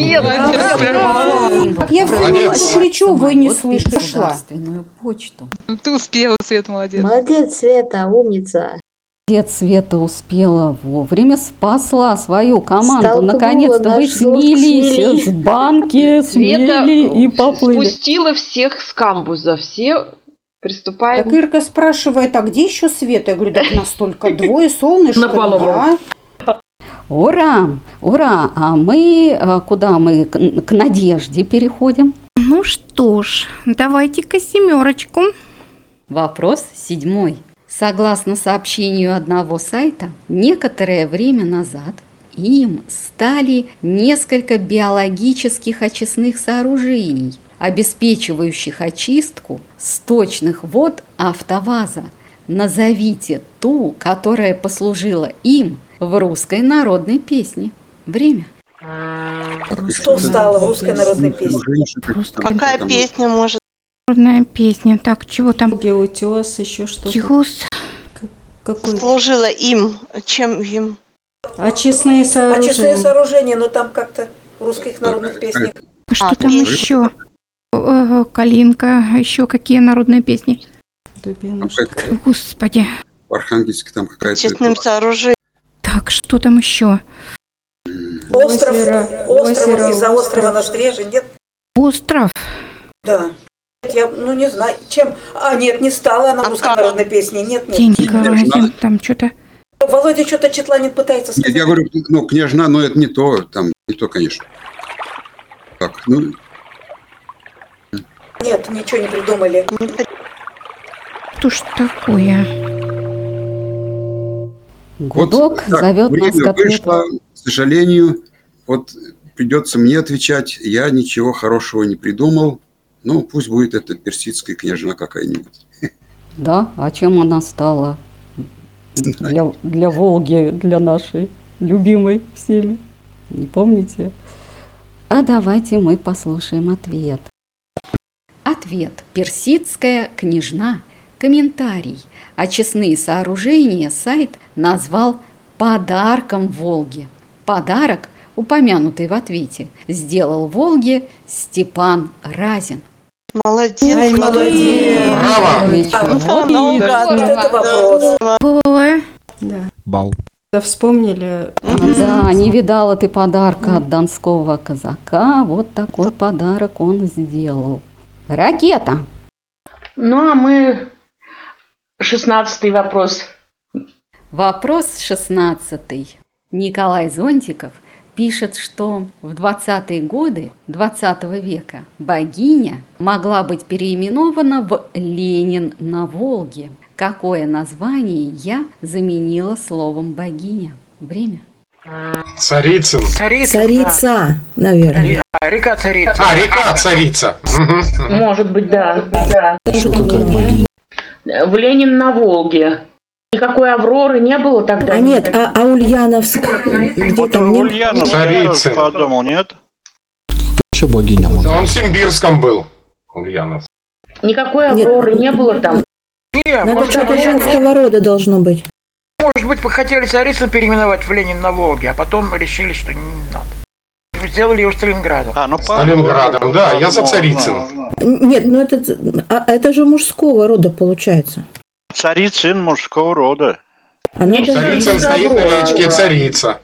Я все кричу, вы не слышите. Государственную почту. Ты успела, Свет, молодец. Молодец, Света, умница. Дед Света успела вовремя, спасла свою команду. Столкнула Наконец-то вы наш зов к снялись смели. с банки, Света смели и поплыли. спустила всех с камбуза. Все приступаем. Так Ирка спрашивает, а где еще Света? Я говорю, так настолько двое, солнышко. На палубу. я. Ура! Ура! А мы куда мы? К Надежде переходим. Ну что ж, давайте-ка 7. Вопрос 7. Согласно сообщению одного сайта, некоторое время назад им стали несколько биологических очистных сооружений, обеспечивающих очистку сточных вод АвтоВАЗа. Назовите ту, которая послужила им в русской народной песне. Время. Что стало в русской народной песне? Какая песня может? Народная песня. Так, чего там? Утес, еще что-то. Утес. Какой? Служила им? Чем им? Очистные сооружения. Очистные сооружения, но там как-то в русских народных песнях. Что там еще? Калинка. Еще какие народные песни? Господи. В Архангельске там какая-то... Честным сооружением. Так, что там еще? Остров из-за острова на Стреже, нет? Остров. Да. Я, не знаю, чем... нет, не стала она в русской народной песне. Нет. Деньги, там что-то... Володя что-то Четланин пытается сказать. Нет, я говорю, княжна, но это не то, там, не то, конечно. Так, Нет, ничего не придумали. Что ж такое? Гудок зовет нас время к ответу. вышло, к сожалению, придется мне отвечать. Я ничего хорошего не придумал. Пусть будет это персидская княжна какая-нибудь. Да, а чем она стала для Волги, для нашей любимой всеми? Не помните? А давайте мы послушаем ответ. Ответ. Персидская княжна. Комментарий. Очистные сооружения сайт назвал подарком Волге. Подарок, упомянутый в ответе, сделал Волге Степан Разин. Молодец, молодец. Бал. Да, вспомнили. Да, не видала ты подарка от донского казака. Вот такой подарок он сделал. Ракета. Ну, а мы 16-й вопрос. Вопрос 16. Николай Зонтиков пишет, что в 20-е годы 20 века богиня могла быть переименована в Ленин на Волге. Какое название я заменила словом богиня? Время. Царицын. Царица, наверное. Река Царица. Река Царица. Может быть, да. В Ленин на Волге. Никакой Авроры не было тогда. А нет, а Ульяновск где там нет? Ульяновск, Царица. я подумал, нет? Еще богиня. Да, он в Симбирском был. Ульяновск. Никакой Авроры не было там. Надо что-то женского рода должно быть. Может быть, вы хотели царицу переименовать в Ленин на Волге, а потом решили, что не надо. Вы сделали его Сталинградом. Сталинградом, да, я за Царицын. Нет, это же мужского рода получается. Царицын мужского рода. Царицын стоит на речке Царица.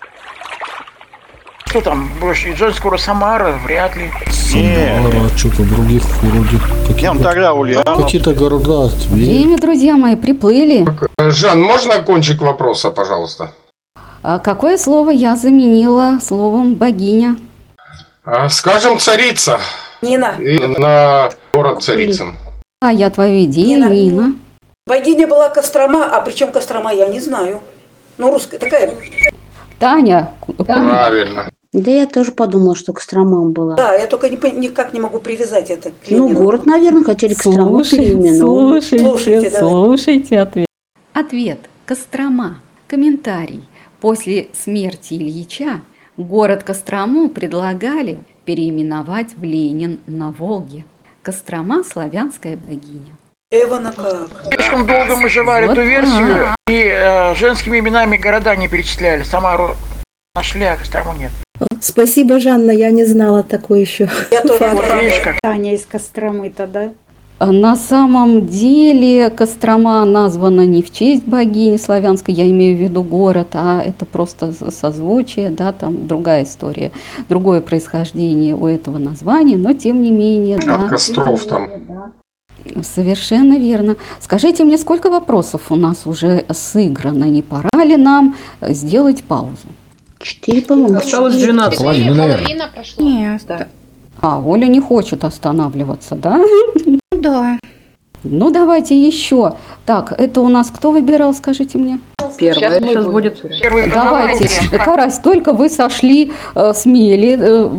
Что там, больше из Зонского Самара? Вряд ли. Нет. Что-то других вроде Тогда Ульяновск. какие-то города. Время, друзья мои, приплыли. Жан, можно кончик вопроса, пожалуйста? А какое слово я заменила словом богиня? Скажем, царица. Нина. И на город Царицын. А я твою идею, Нина. Богиня была Кострома, а причем Кострома я не знаю. Русская такая. Таня. Правильно. Да я тоже подумала, что Кострома была. Да, я только никак не могу привязать это к Ленину. Город, наверное, хотели Кострому переименовать. Слушайте ответ. Ответ. Кострома. Комментарий. После смерти Ильича город Кострому предлагали переименовать в Ленин на Волге? Кострома – славянская богиня. Эвана как? Слишком долго мы жевали Вот эту версию, так. и женскими именами города не перечисляли. Самару нашли, а Кострому нет. Спасибо, Жанна, я не знала такой еще. Я тоже Видишь, как? Таня из Костромы-то, да? На самом деле Кострома названа не в честь богини славянской, я имею в виду город, а это просто созвучие, да, там другая история, другое происхождение у этого названия, но тем не менее, да. Костров там. Совершенно верно. Скажите мне, сколько вопросов у нас уже сыграно? Не пора ли нам сделать паузу? 4, по-моему. Осталось 12. Половина, наверное. Половина прошла. Нет. Да. А, Оля не хочет останавливаться, да? Да. Ну, давайте еще. Так, это у нас кто выбирал, скажите мне? Первое мы сейчас будем. будет. Первый Давайте. Карась, только вы сошли с мели,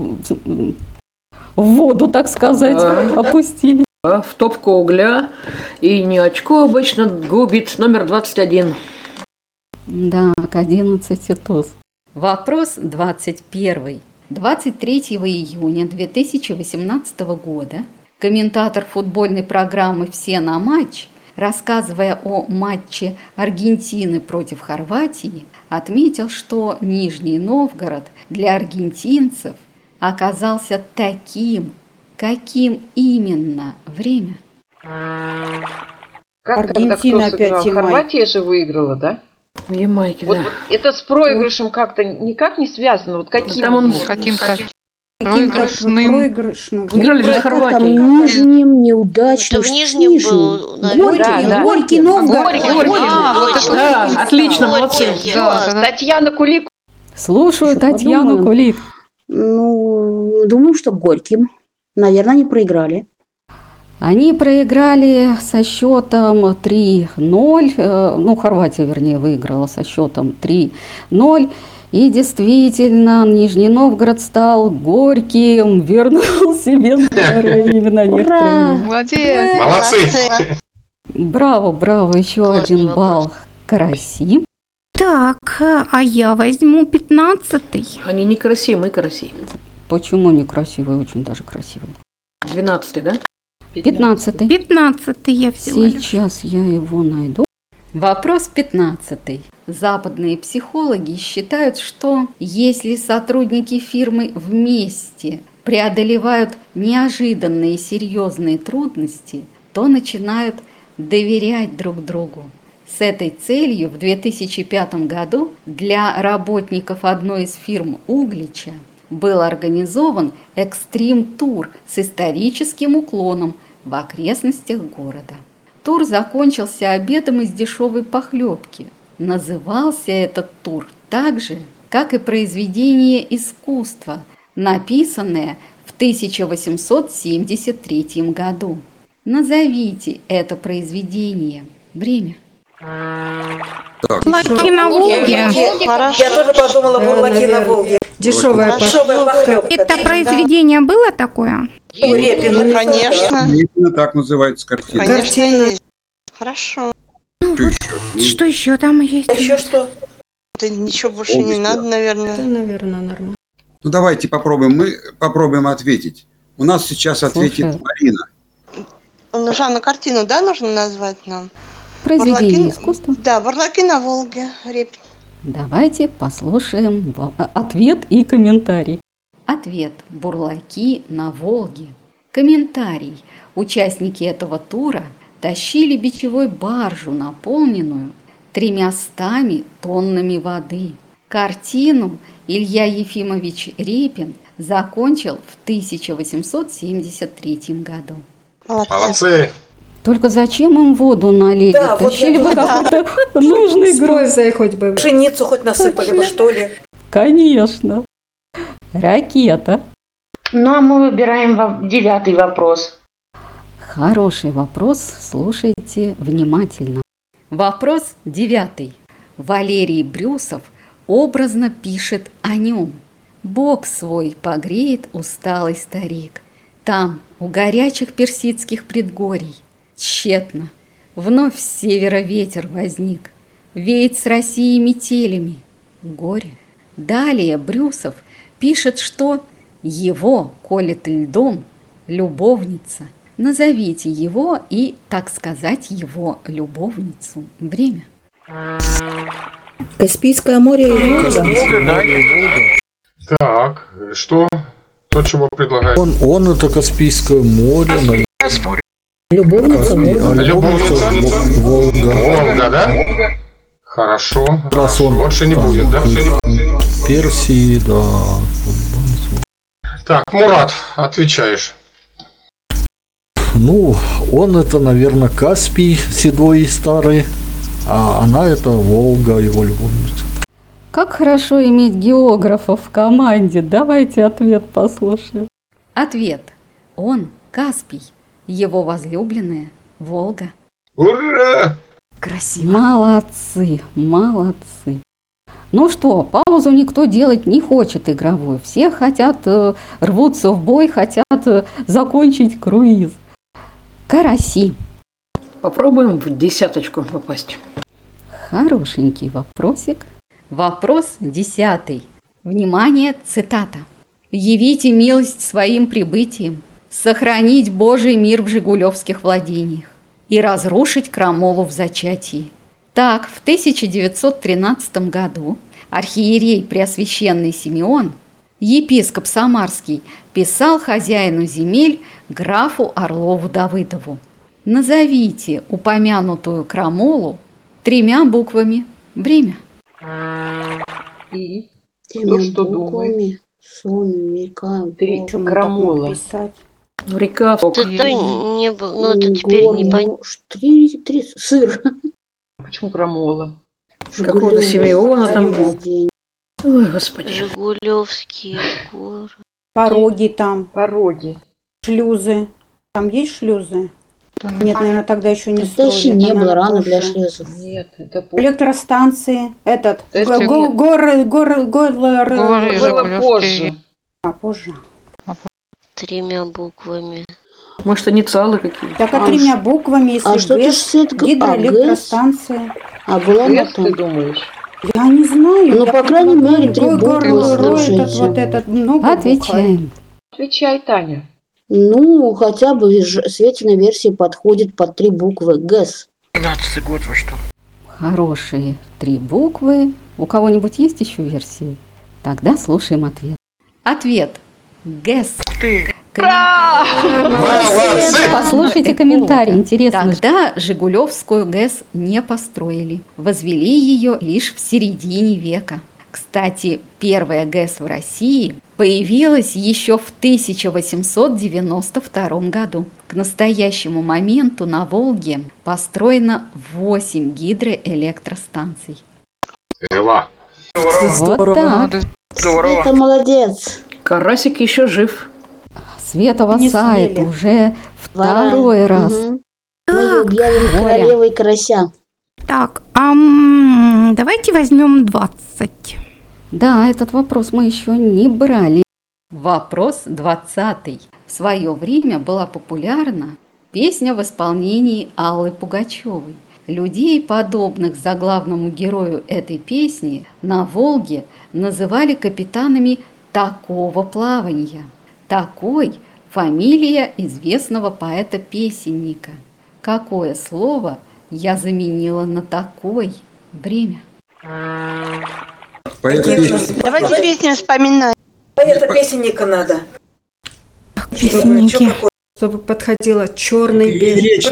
в воду, так сказать, опустили. В топку угля. И не очко обычно губит номер 21. Да, к 11 туз. Вопрос 21. 23 июня 2018 года комментатор футбольной программы «Все на матч», рассказывая о матче Аргентины против Хорватии, отметил, что Нижний Новгород для аргентинцев оказался таким, каким именно время. Как Аргентина тогда кто сыграл? опять Ямайка. Хорватия же выиграла, да? В Ямайке, Вот, да. вот это с проигрышем как-то никак не связано. Вот каким? Там он Каким-то Каким-то проигрышным. проигрышным. Играли же с Там Хорватией. Нижним, неудачно. Это в Нижнем был, наверное. Да. Горький Новгород. Горький. Да, отлично, молодцы. Да. Татьяна Кулик. Слушаю Татьяну подумаем. Кулик. Ну, думаю, что Горьким. Наверное, они проиграли. Они проиграли со счетом 3-0, ну, Хорватия, вернее, выиграла со счетом 3-0. И действительно, Нижний Новгород стал горьким, вернул себе старое имя на некоторое. Молодец. Молодцы. Браво, браво, еще Классный один вопрос. балл. Караси. Так, а я возьму 15-й. Они не караси, мы караси. Почему некрасивый? Очень даже красивый. 12, да? 15-й. 15-й я взяла. Сейчас я его найду. Вопрос 15. Западные психологи считают, что если сотрудники фирмы вместе преодолевают неожиданные серьезные трудности, то начинают доверять друг другу. С этой целью в 2005 году для работников одной из фирм Углича был организован экстрим-тур с историческим уклоном в окрестностях города. Тур закончился обедом из дешевой похлебки. Назывался этот тур так же, как и произведение искусства, написанное в 1873 году. Назовите это произведение. Время. Так, Лаки на Волге. Хорошо. Я тоже подумала, бурлаки на Волге. Дешевая Дешевая похлебка. Это произведение было такое? Ну, конечно. именно так называется картина. Конечно, есть. Хорошо. Что еще? Что еще там есть? Еще что? Да ничего больше не Область, надо, наверное. Это, наверное, нормально. Ну давайте попробуем. Мы попробуем ответить. У нас сейчас ответит Слушаю. Марина. Ну, Жанна, картину, да, нужно назвать нам? Произведение искусства. Да, «Бурлаки на Волге». Репин. Давайте послушаем ответ и комментарий. Ответ. Бурлаки на Волге. Комментарий. Участники этого тура тащили бичевой баржу, наполненную 300 тоннами воды. Картину Илья Ефимович Репин закончил в 1873 году. Молодцы. Только зачем им воду налили? Да, вот Тащили я бы тоже, какой-то нужный С груз. пользой хоть бы. Пшеницу хоть насыпали бы, что ли? Конечно. Ракета. Ну, а мы выбираем 9-й вопрос. Хороший вопрос, слушайте внимательно. Вопрос 9. Валерий Брюсов образно пишет о нем. Бог свой погреет усталый старик. Там, у горячих персидских предгорий, тщетно, вновь с севера ветер возник, веет с Россией метелями, горе. Далее Брюсов пишет, что Его колет льдом любовница. Назовите его и, так сказать, его любовницу. Время. Каспийское море и Волга. Так, что? То, чего предлагает? Он это Каспийское море. Любовница Волга. Любовница Волга. Волга, да? Хорошо. Раз он. Больше не будет, да? Персии, да. Так, Мурат, отвечаешь. Ну, он это, наверное, Каспий седой и старый, а она это Волга, его любовница. Как хорошо иметь географа в команде. Давайте ответ послушаем. Ответ. Он Каспий. Его возлюбленная Волга. Ура! Красиво. Молодцы, молодцы. Ну что, паузу никто делать не хочет игровую. Все хотят, рвутся в бой, хотят закончить круиз. Караси. Попробуем в десяточку попасть. Хорошенький вопросик. Вопрос 10. Внимание, цитата. «Явите милость своим прибытием, сохранить Божий мир в жигулевских владениях и разрушить крамолу в зачатии». Так, в 1913 году архиерей Преосвященный Симеон, епископ Самарский, писал хозяину земель графу Орлову-Давыдову: «Назовите упомянутую крамолу 3 буквами. Время». И? Тремя что буквами. Сон, река. Три крамола. Река. Это не было, ну это теперь не понятно. Три, сыр. Почему крамола? Какого-то Симеона там был. Ой, господи. Жигулевские горы. Пороги там, Пороги. шлюзы. Там есть шлюзы? Нет, наверное, тогда еще не Тогда еще строили, не наверное, было, рано для позже. шлюзов. Нет, это Электростанции. Этот. Это Горы. было позже. А, позже. 3 буквами. Может, инициалы какие-то? Так, а 3 буквами, если А что ты все-таки гидроэлектростанции. А была она Г, там? ты думаешь? Я не знаю. Ну, по крайней мере, 3 буквы этот, слушайте. этот, много Отвечаем. Отвечай, Таня. Ну, хотя бы Светиной версии подходит под 3 буквы. ГЭС. 12-й год, вы что? Хорошие 3 буквы. У кого-нибудь есть еще версии? Тогда слушаем ответ. Ответ. ГЭС. Ты. Послушайте комментарий, интересно. Тогда Жигулевскую ГЭС не построили. Возвели ее лишь в середине века. Кстати, первая ГЭС в России появилась еще в 1892 году. К настоящему моменту на Волге построено 8 гидроэлектростанций. Эва. Вот так. Здорово. Это молодец. Карасик еще жив. Света Не васает съели. уже второй раз. Угу. Мы объявим королевой карася. Так, давайте возьмем 20. Да, этот вопрос мы еще не брали. Вопрос 20. В свое время была популярна песня в исполнении Аллы Пугачевой. Людей, подобных заглавному герою этой песни, на Волге называли капитанами такого плавания. Такой – фамилия известного поэта-песенника. Какое слово я заменила на такой? Время. Давайте песню вспоминать. Это песенника надо. Песенники. Чтобы подходило черный белый.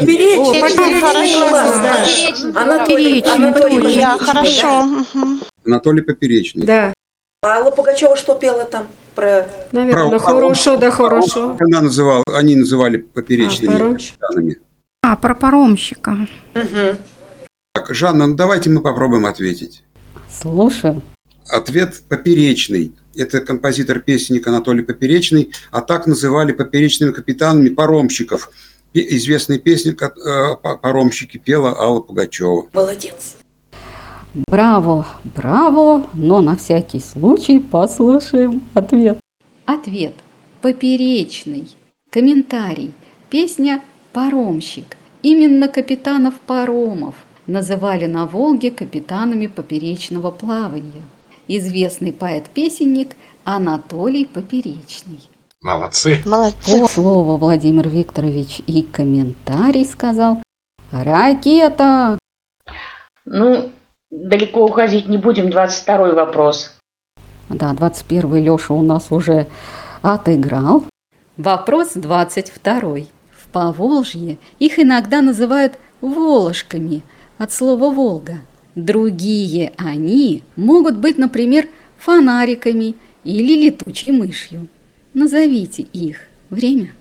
Анатолий, хорошо. Анатолий Поперечный. Да, А Алла Пугачева что пела там? Про... наверное, Про- хорошо, да хорошо. Они называли поперечными паромщик. капитанами. Про паромщика. Так, Жанна, ну давайте мы попробуем ответить. Слушаю. Ответ поперечный. Это композитор-песенник Анатолий Поперечный, а так называли поперечными капитанами паромщиков. Известная песня «Паромщики» пела Алла Пугачева. Молодец. Браво, браво, но на всякий случай послушаем ответ. Ответ. Поперечный. Комментарий. Песня «Паромщик». Именно капитанов паромов называли на Волге капитанами поперечного плавания. Известный поэт-песенник Анатолий Поперечный. Молодцы. По слову Владимир Викторович и комментарий сказал «Ракета». Ну, далеко уходить не будем. 22-й вопрос. Да, 21-й Леша у нас уже отыграл. Вопрос 22-й. В Поволжье их иногда называют волошками от слова «Волга». Другие они могут быть, например, фонариками или летучей мышью. Назовите их. Время.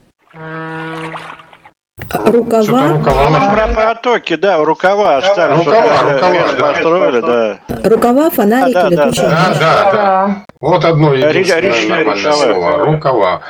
Рукава. Про потоки, да, рукава остались. Рукава построили, да. Рукава, фонарики, Да, да, летучие да. мыши. Да. Вот одно единственное нормальное слово. Рукава.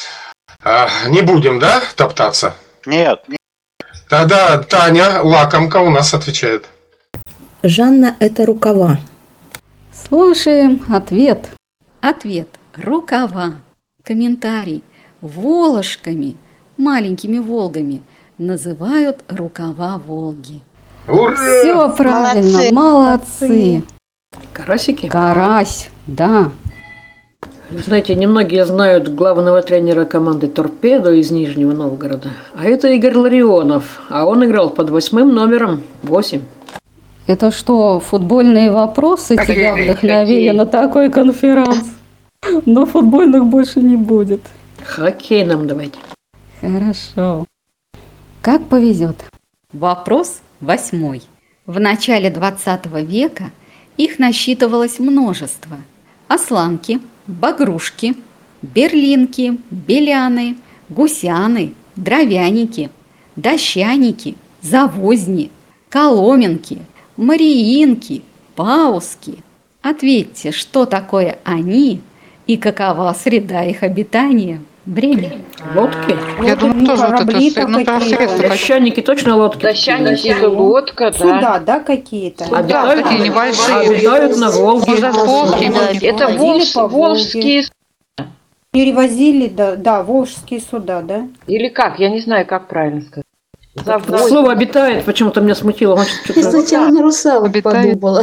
Не будем, да, топтаться? Нет. Тогда Таня Лакомка у нас отвечает. Жанна – это рукава. Слушаем ответ. Ответ. Рукава. Комментарий. Волошками, маленькими Волгами, называют рукава Волги. Ура! Все правильно, молодцы. Карасики? Карась, да. Вы знаете, немногие знают главного тренера команды «Торпедо» из Нижнего Новгорода. А это Игорь Ларионов. А он играл под 8 номером 8. Это что, футбольные вопросы тебя вдохновили на такой конференц? Но футбольных больше не будет. Хоккей нам давайте. Хорошо. Как повезет. Вопрос 8. В начале 20 века их насчитывалось множество. Осланки, багрушки, берлинки, беляны, гусяны, дровяники, дощаники, завозни, коломенки, мариинки, пауски. Ответьте, что такое они и какова среда их обитания? Время. Лодки? Я думаю, тоже вот корабли это какие-то. Дощаники точно лодки? Дощаники это лодка, да. Суда, да, какие-то? Да, такие небольшие. Обитают на Волге. Это волжские. Перевозили, да, волжские суда, да? Или как? Я не знаю, как правильно сказать. Слово «обитает» почему-то меня смутило. Он Я сначала на русалок подумала.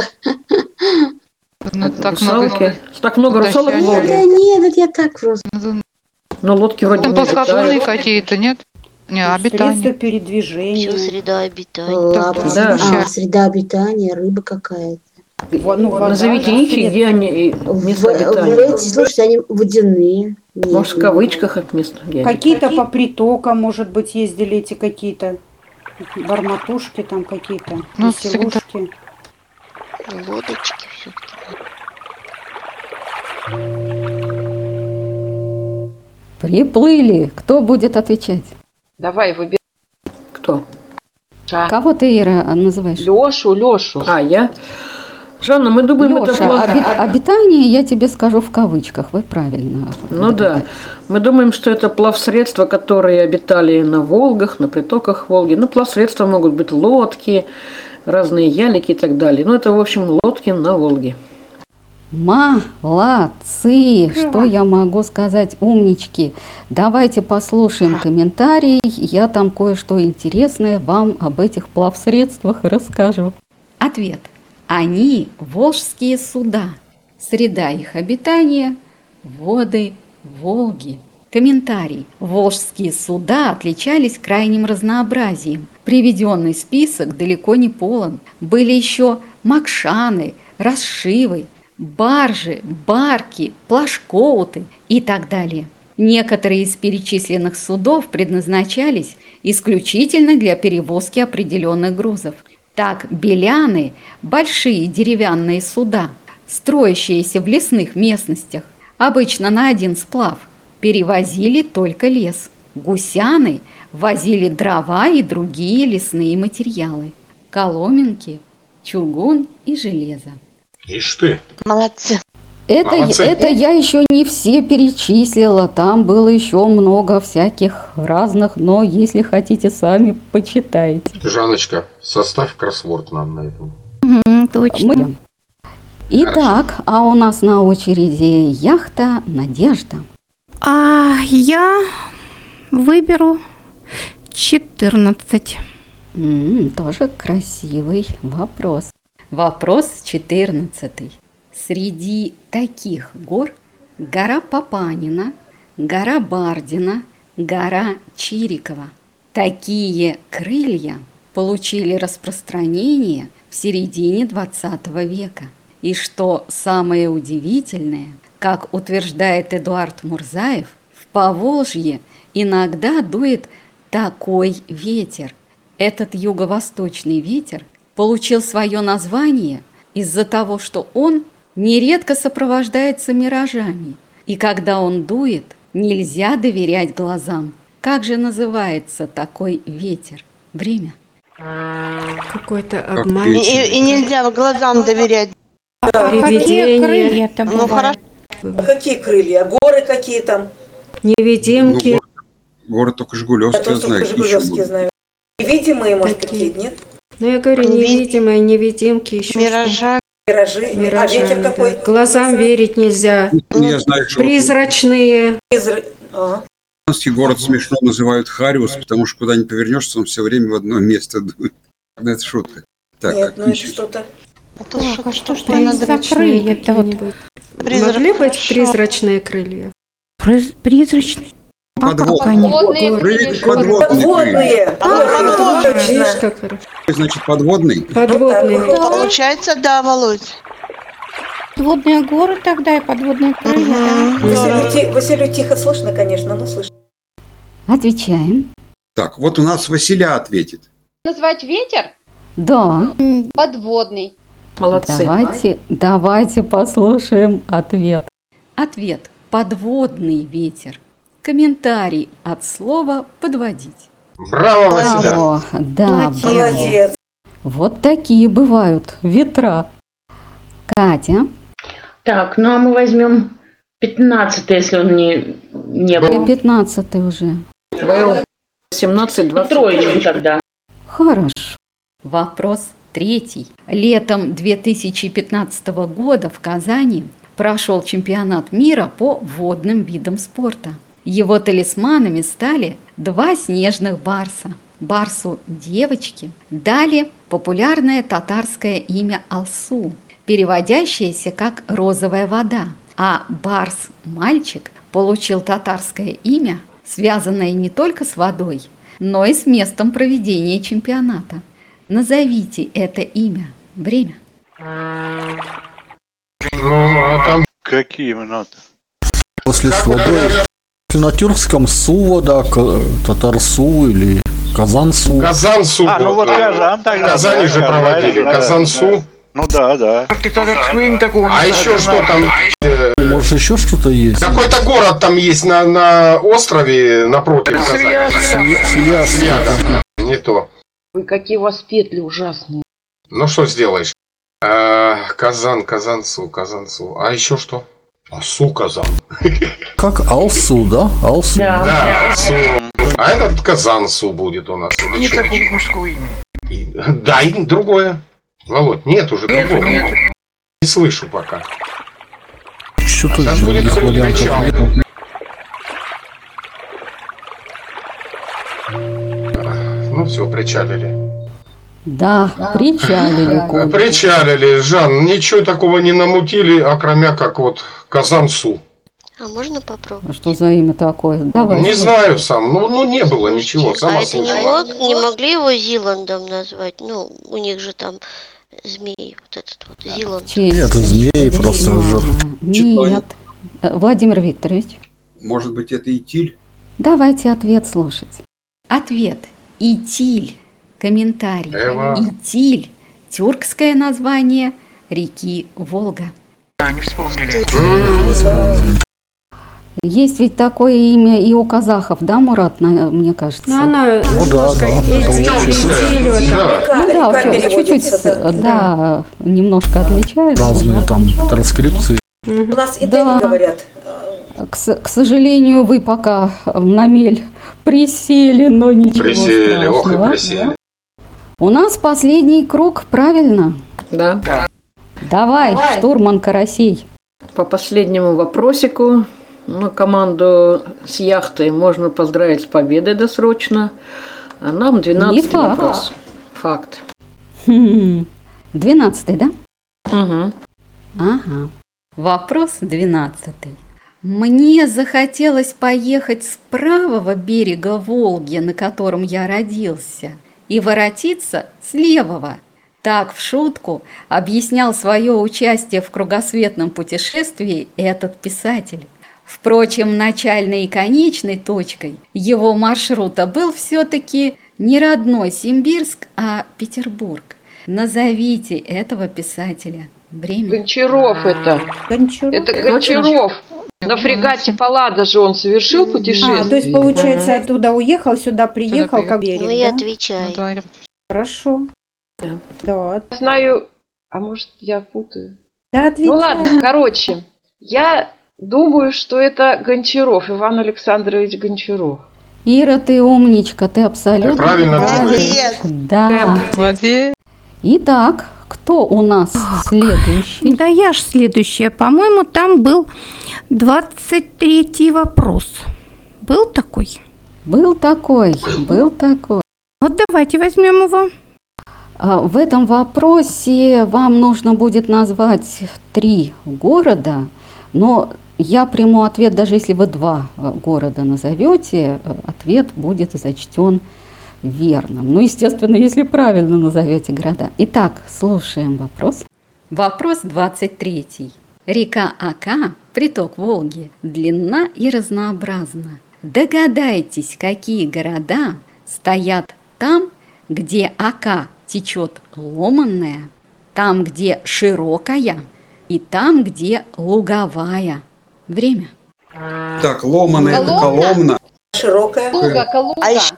Ну, так Русалки. Так много русалок в Да Волге. нет, это я так просто. Но лодки вроде не Плоскодонные обитают. какие-то, нет? Не, Средства обитание. передвижения. Все среда обитания. Лапы. Да. Среда обитания, рыба какая-то. Вода, Назовите их, и где они, и место обитания. Слушайте, они водяные. Нет, Может, в кавычках от места. где Какие-то по притокам, может быть, ездили эти какие-то барматушки там какие-то, Ну, веселушки. Лодочки все-таки. Приплыли. Кто будет отвечать? Давай, выбирай. Кто? Кого ты, Ира, называешь? Лешу. А, я? Жанна, мы думаем, это Леша, обитание я тебе скажу в кавычках, вы правильно. Ну да. Мы думаем, что это плавсредства, которые обитали на Волгах, на притоках Волги. Ну, плавсредства могут быть лодки, разные ялики и так далее. Ну, это, в общем, лодки на Волге. Молодцы! Что я могу сказать, умнички? Давайте послушаем комментарий. Я там кое-что интересное вам об этих плавсредствах расскажу. Ответ. Они волжские суда. Среда их обитания – воды Волги. Комментарий. Волжские суда отличались крайним разнообразием. Приведенный список далеко не полон. Были еще макшаны, расшивы, баржи, барки, плашкоуты и так далее. Некоторые из перечисленных судов предназначались исключительно для перевозки определенных грузов. Так, беляны – большие деревянные суда, строящиеся в лесных местностях, обычно на один сплав, перевозили только лес. Гусяны возили дрова и другие лесные материалы. Коломенки – чугун и железо. Ишь ты. Молодцы. Это я еще не все перечислила, там было еще много всяких разных, но если хотите, сами почитайте. Жанночка, составь кроссворд нам на этом. Точно. Итак, а у нас на очереди яхта «Надежда». А я выберу 14. Тоже красивый вопрос. Вопрос 14. Среди таких гор, гора Папанина, гора Бардина, гора Чирикова. Такие крылья получили распространение в середине 20 века. И что самое удивительное, как утверждает Эдуард Мурзаев, в Поволжье иногда дует такой ветер. Этот юго-восточный ветер получил свое название из-за того, что он нередко сопровождается миражами. И когда он дует, нельзя доверять глазам. Как же называется такой ветер? Время. Какой-то обман. И нельзя глазам доверять. Какие крылья там Ну хорошо. Какие крылья? Горы какие там? Невидимки. Город только Жигулевский, Я только Жигулевские знаю. Невидимые, может, какие-то, нет? Ну, я говорю, невидимые, невидимки, еще Миражи. А ветер какой? Глазам верить нельзя. Я знаю, что Призрачные. город смешно называют Хариус, потому что куда ни повернешься, он все время в одно место дует. Ну, это шутка. Так, Нет, ну это отлично. что-то. А что ж за крылья-то вот? Могли быть призрачные крылья? Призрачные? Подводные. Подводные. Видишь, как хорошо. Значит, подводный. Подводные. Получается, да, Володь. Подводные горы тогда и подводные крылья. Василию тихо слышно, конечно, но слышно. Отвечаем. Так, вот у нас Василя ответит. Назвать ветер? Да. Подводный. Молодцы. Давайте послушаем ответ. Ответ. Подводный ветер. Комментарий от слова «подводить». Браво, Василя! О, да, Молодец. вот такие бывают ветра. Катя. Так, ну а мы возьмем 15, если он не был. 15 уже. Был 17-20. Троечку тогда. Хорошо. Вопрос 3. Летом 2015 года в Казани прошел чемпионат мира по водным видам спорта. Его талисманами стали 2 снежных барса. Барсу девочки дали популярное татарское имя Алсу, переводящееся как «розовая вода», а барс-мальчик получил татарское имя, связанное не только с водой, но и с местом проведения чемпионата. Назовите это имя. Время. Какие имена-то? После с водой. На тюркском Су-вода, Татар-Су или Казан-Су. Казан-Су. Ну вот Казан тогда. Казани же проводили. Казан-Су. Ну да. А еще что там? Может, еще что-то есть? Какой-то город там есть на острове напротив Казани. Не то. Ой, какие у вас петли ужасные. Ну что сделаешь? Казан-Су. А еще что? Су-Казан. Как Алсу, да? Алсу. Да, Су. А этот Казан-Су будет у нас. Нет такого мужского имени. Да, и другое. Володь, нет уже другого. Не слышу пока. Что-то Сейчас будет других вариантов нет. Ну все, причалили. Да, причалили. Причалили, Жан, ничего такого не намутили, окромя как вот Казан-Су. А можно попробовать? Что за имя такое? Давай. Не знаю сам, ну не было ничего, сама А это не могли его Зиландом назвать? Ну, у них же там змей, вот этот вот Зиланд. Это змеи просто уже. Нет. Владимир Викторович. Может быть, это Итиль? Давайте ответ слушать. Ответ. Итиль. Комментарий. Итиль. Тюркское название реки Волга. Не вспомнили. Есть ведь такое имя и у казахов, да, Мурат, мне кажется? Ну, она чуть-чуть, да, немножко отличается. Разные там транскрипции. У нас и да говорят. К сожалению, вы пока на мель присели, но ничего присели, страшного. Ох и присели. У нас последний круг, правильно? Да. Давай, штурман Карасей. По последнему вопросику, команду с яхтой можно поздравить с победой досрочно, а нам 12 вопрос. Факт. 12, да? Угу. Ага. Вопрос 12. Мне захотелось поехать с правого берега Волги, на котором я родился, и воротиться с левого. Так в шутку объяснял свое участие в кругосветном путешествии этот писатель. Впрочем, начальной и конечной точкой его маршрута был все-таки не родной Симбирск, а Петербург. Назовите этого писателя. Время. Гончаров это. Гончаров. Это Гончаров. На фрегате Паллада же он совершил путешествие. То есть, получается, оттуда уехал, сюда приехал, как берег, Ну и да? отвечай. Хорошо. Да. Да. Знаю, а может я путаю? Да, отвечай. Ну ладно, короче, я думаю, что это Гончаров, Иван Александрович Гончаров. Ира, ты умничка, ты абсолютно Правильно прав. Да. Итак, кто у нас следующий? Да я ж следующая. По-моему, там был 23-й вопрос. Был такой? Был такой. Вот давайте возьмем его. В этом вопросе вам нужно будет назвать 3 города, но я приму ответ, даже если вы 2 города назовете, ответ будет зачтен верным. Ну, естественно, если правильно назовете города. Итак, слушаем вопрос. Вопрос 23. Река Ока, приток Волги, длинна и разнообразна. Догадайтесь, какие города стоят там, где Ока течет ломанная, там, где широкая, и там, где луговая. Время. Так, ломаная, это Коломна. Широкая. Калуга, Калуга. А еще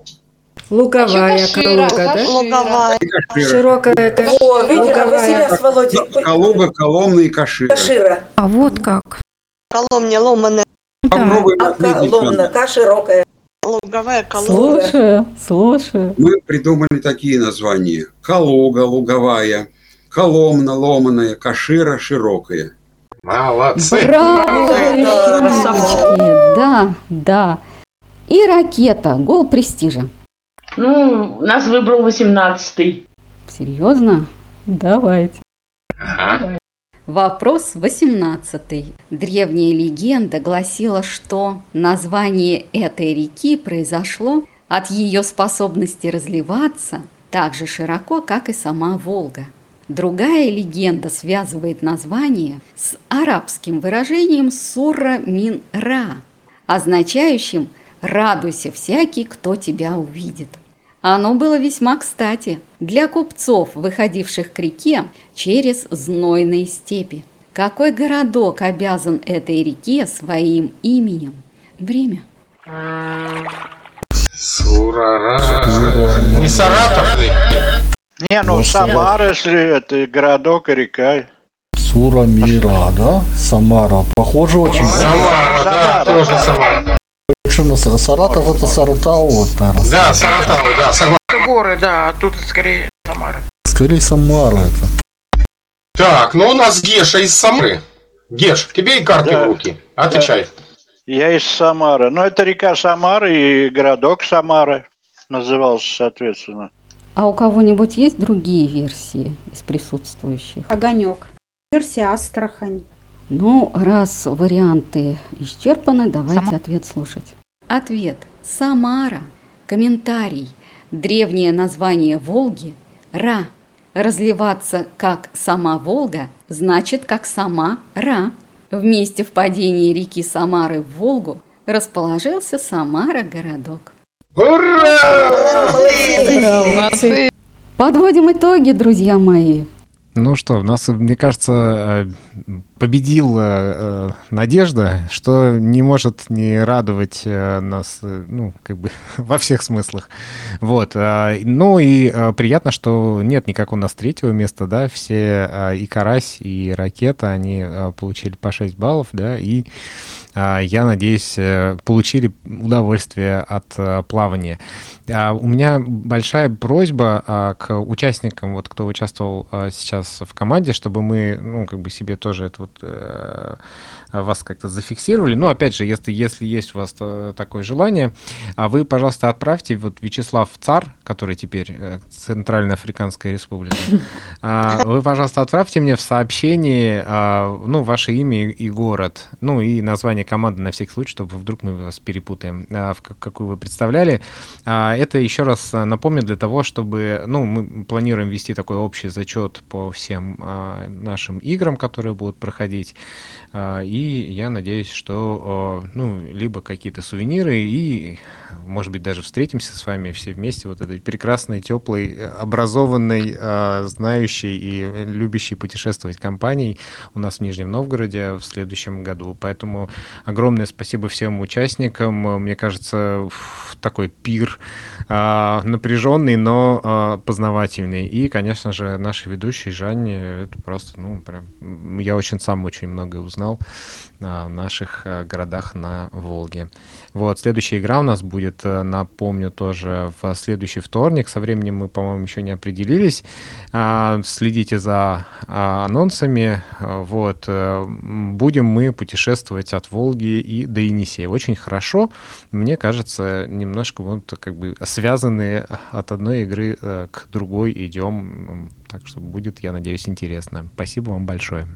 Луговая Кашира, Калуга, да? Кашира. луговая. Широкая это О, видите, луговая. Василий Володя. Калуга, Коломна и Кашира. Кашира. А вот как. Коломня ломаная. Попробуем А ответить. Ломна, Ка широкая. Луговая Коломна. Слушаю. Мы придумали такие названия. Калуга, луговая, Коломна, ломаная, Кашира, широкая. Молодцы. Браво! девчонки. Да. И ракета. Гол престижа. Ну, нас выбрал 18-й. Серьезно? Давайте. Ага. Вопрос 18. Древняя легенда гласила, что название этой реки произошло от ее способности разливаться так же широко, как и сама Волга. Другая легенда связывает название с арабским выражением «Сурра мин Ра», означающим «радуйся всякий, кто тебя увидит». Оно было весьма кстати для купцов, выходивших к реке через знойные степи. Какой городок обязан этой реке своим именем? Время. Сурара. Не Саратов ли? Не, ну Самара, если это городок и река. Сура Мира, да? Самара. Похоже очень. Самара, да, тоже Самара. Саратов это Саратау, вот, наверное. Да, Саратов, да, согласен. Горы, да, а тут скорее Самара. Скорее Самара это. Так, ну у нас Геша из Самары. Геш, тебе и карты в руки. Отвечай. Я из Самары. Ну, это река Самара и городок Самара назывался, соответственно. А у кого-нибудь есть другие версии из присутствующих? Огонек. Версия Астрахань. Ну, раз варианты исчерпаны, давайте ответ слушать. Ответ. Самара. Комментарий. Древнее название Волги – Ра. Разливаться как сама Волга значит как сама Ра. В месте впадения реки Самары в Волгу расположился Самара-городок. Ура! Подводим итоги, друзья мои. Ну что, у нас, мне кажется, победила надежда, что не может не радовать нас, ну, как бы во всех смыслах. Вот. Ну и приятно, что нет никакого у нас третьего места, да, все и Карась, и Ракета, они получили по 6 баллов, да, и я надеюсь, получили удовольствие от плавания. У меня большая просьба к участникам, вот кто участвовал сейчас в команде, чтобы мы, ну, как бы себе тоже это вот вас как-то зафиксировали. Но опять же, если есть у вас такое желание, вы, пожалуйста, отправьте вот Вячеслав Цар, который теперь Центральноафриканская республика, вы, пожалуйста, отправьте мне в сообщении ваше имя и город, ну и название команды на всякий случай, чтобы вдруг мы вас перепутаем, какую вы представляли. Это еще раз напомню для того, чтобы, мы планируем вести такой общий зачет по всем нашим играм, которые будут проходить, и я надеюсь, что, либо какие-то сувениры, и, может быть, даже встретимся с вами все вместе вот этой прекрасной, теплой, образованной, знающей и любящей путешествовать компанией у нас в Нижнем Новгороде в следующем году. Поэтому огромное спасибо всем участникам. Мне кажется, такой пир напряженный, но познавательный. И, конечно же, нашей ведущей Жанне, это просто, прям, я сам очень многое узнал в наших городах на Волге. Вот, следующая игра у нас будет, напомню, тоже в следующий вторник. Со временем мы, по-моему, еще не определились. Следите за анонсами. Вот, будем мы путешествовать от Волги и до Енисея. Очень хорошо. Мне кажется, немножко связаны от одной игры к другой идем. Так что будет, я надеюсь, интересно. Спасибо вам большое.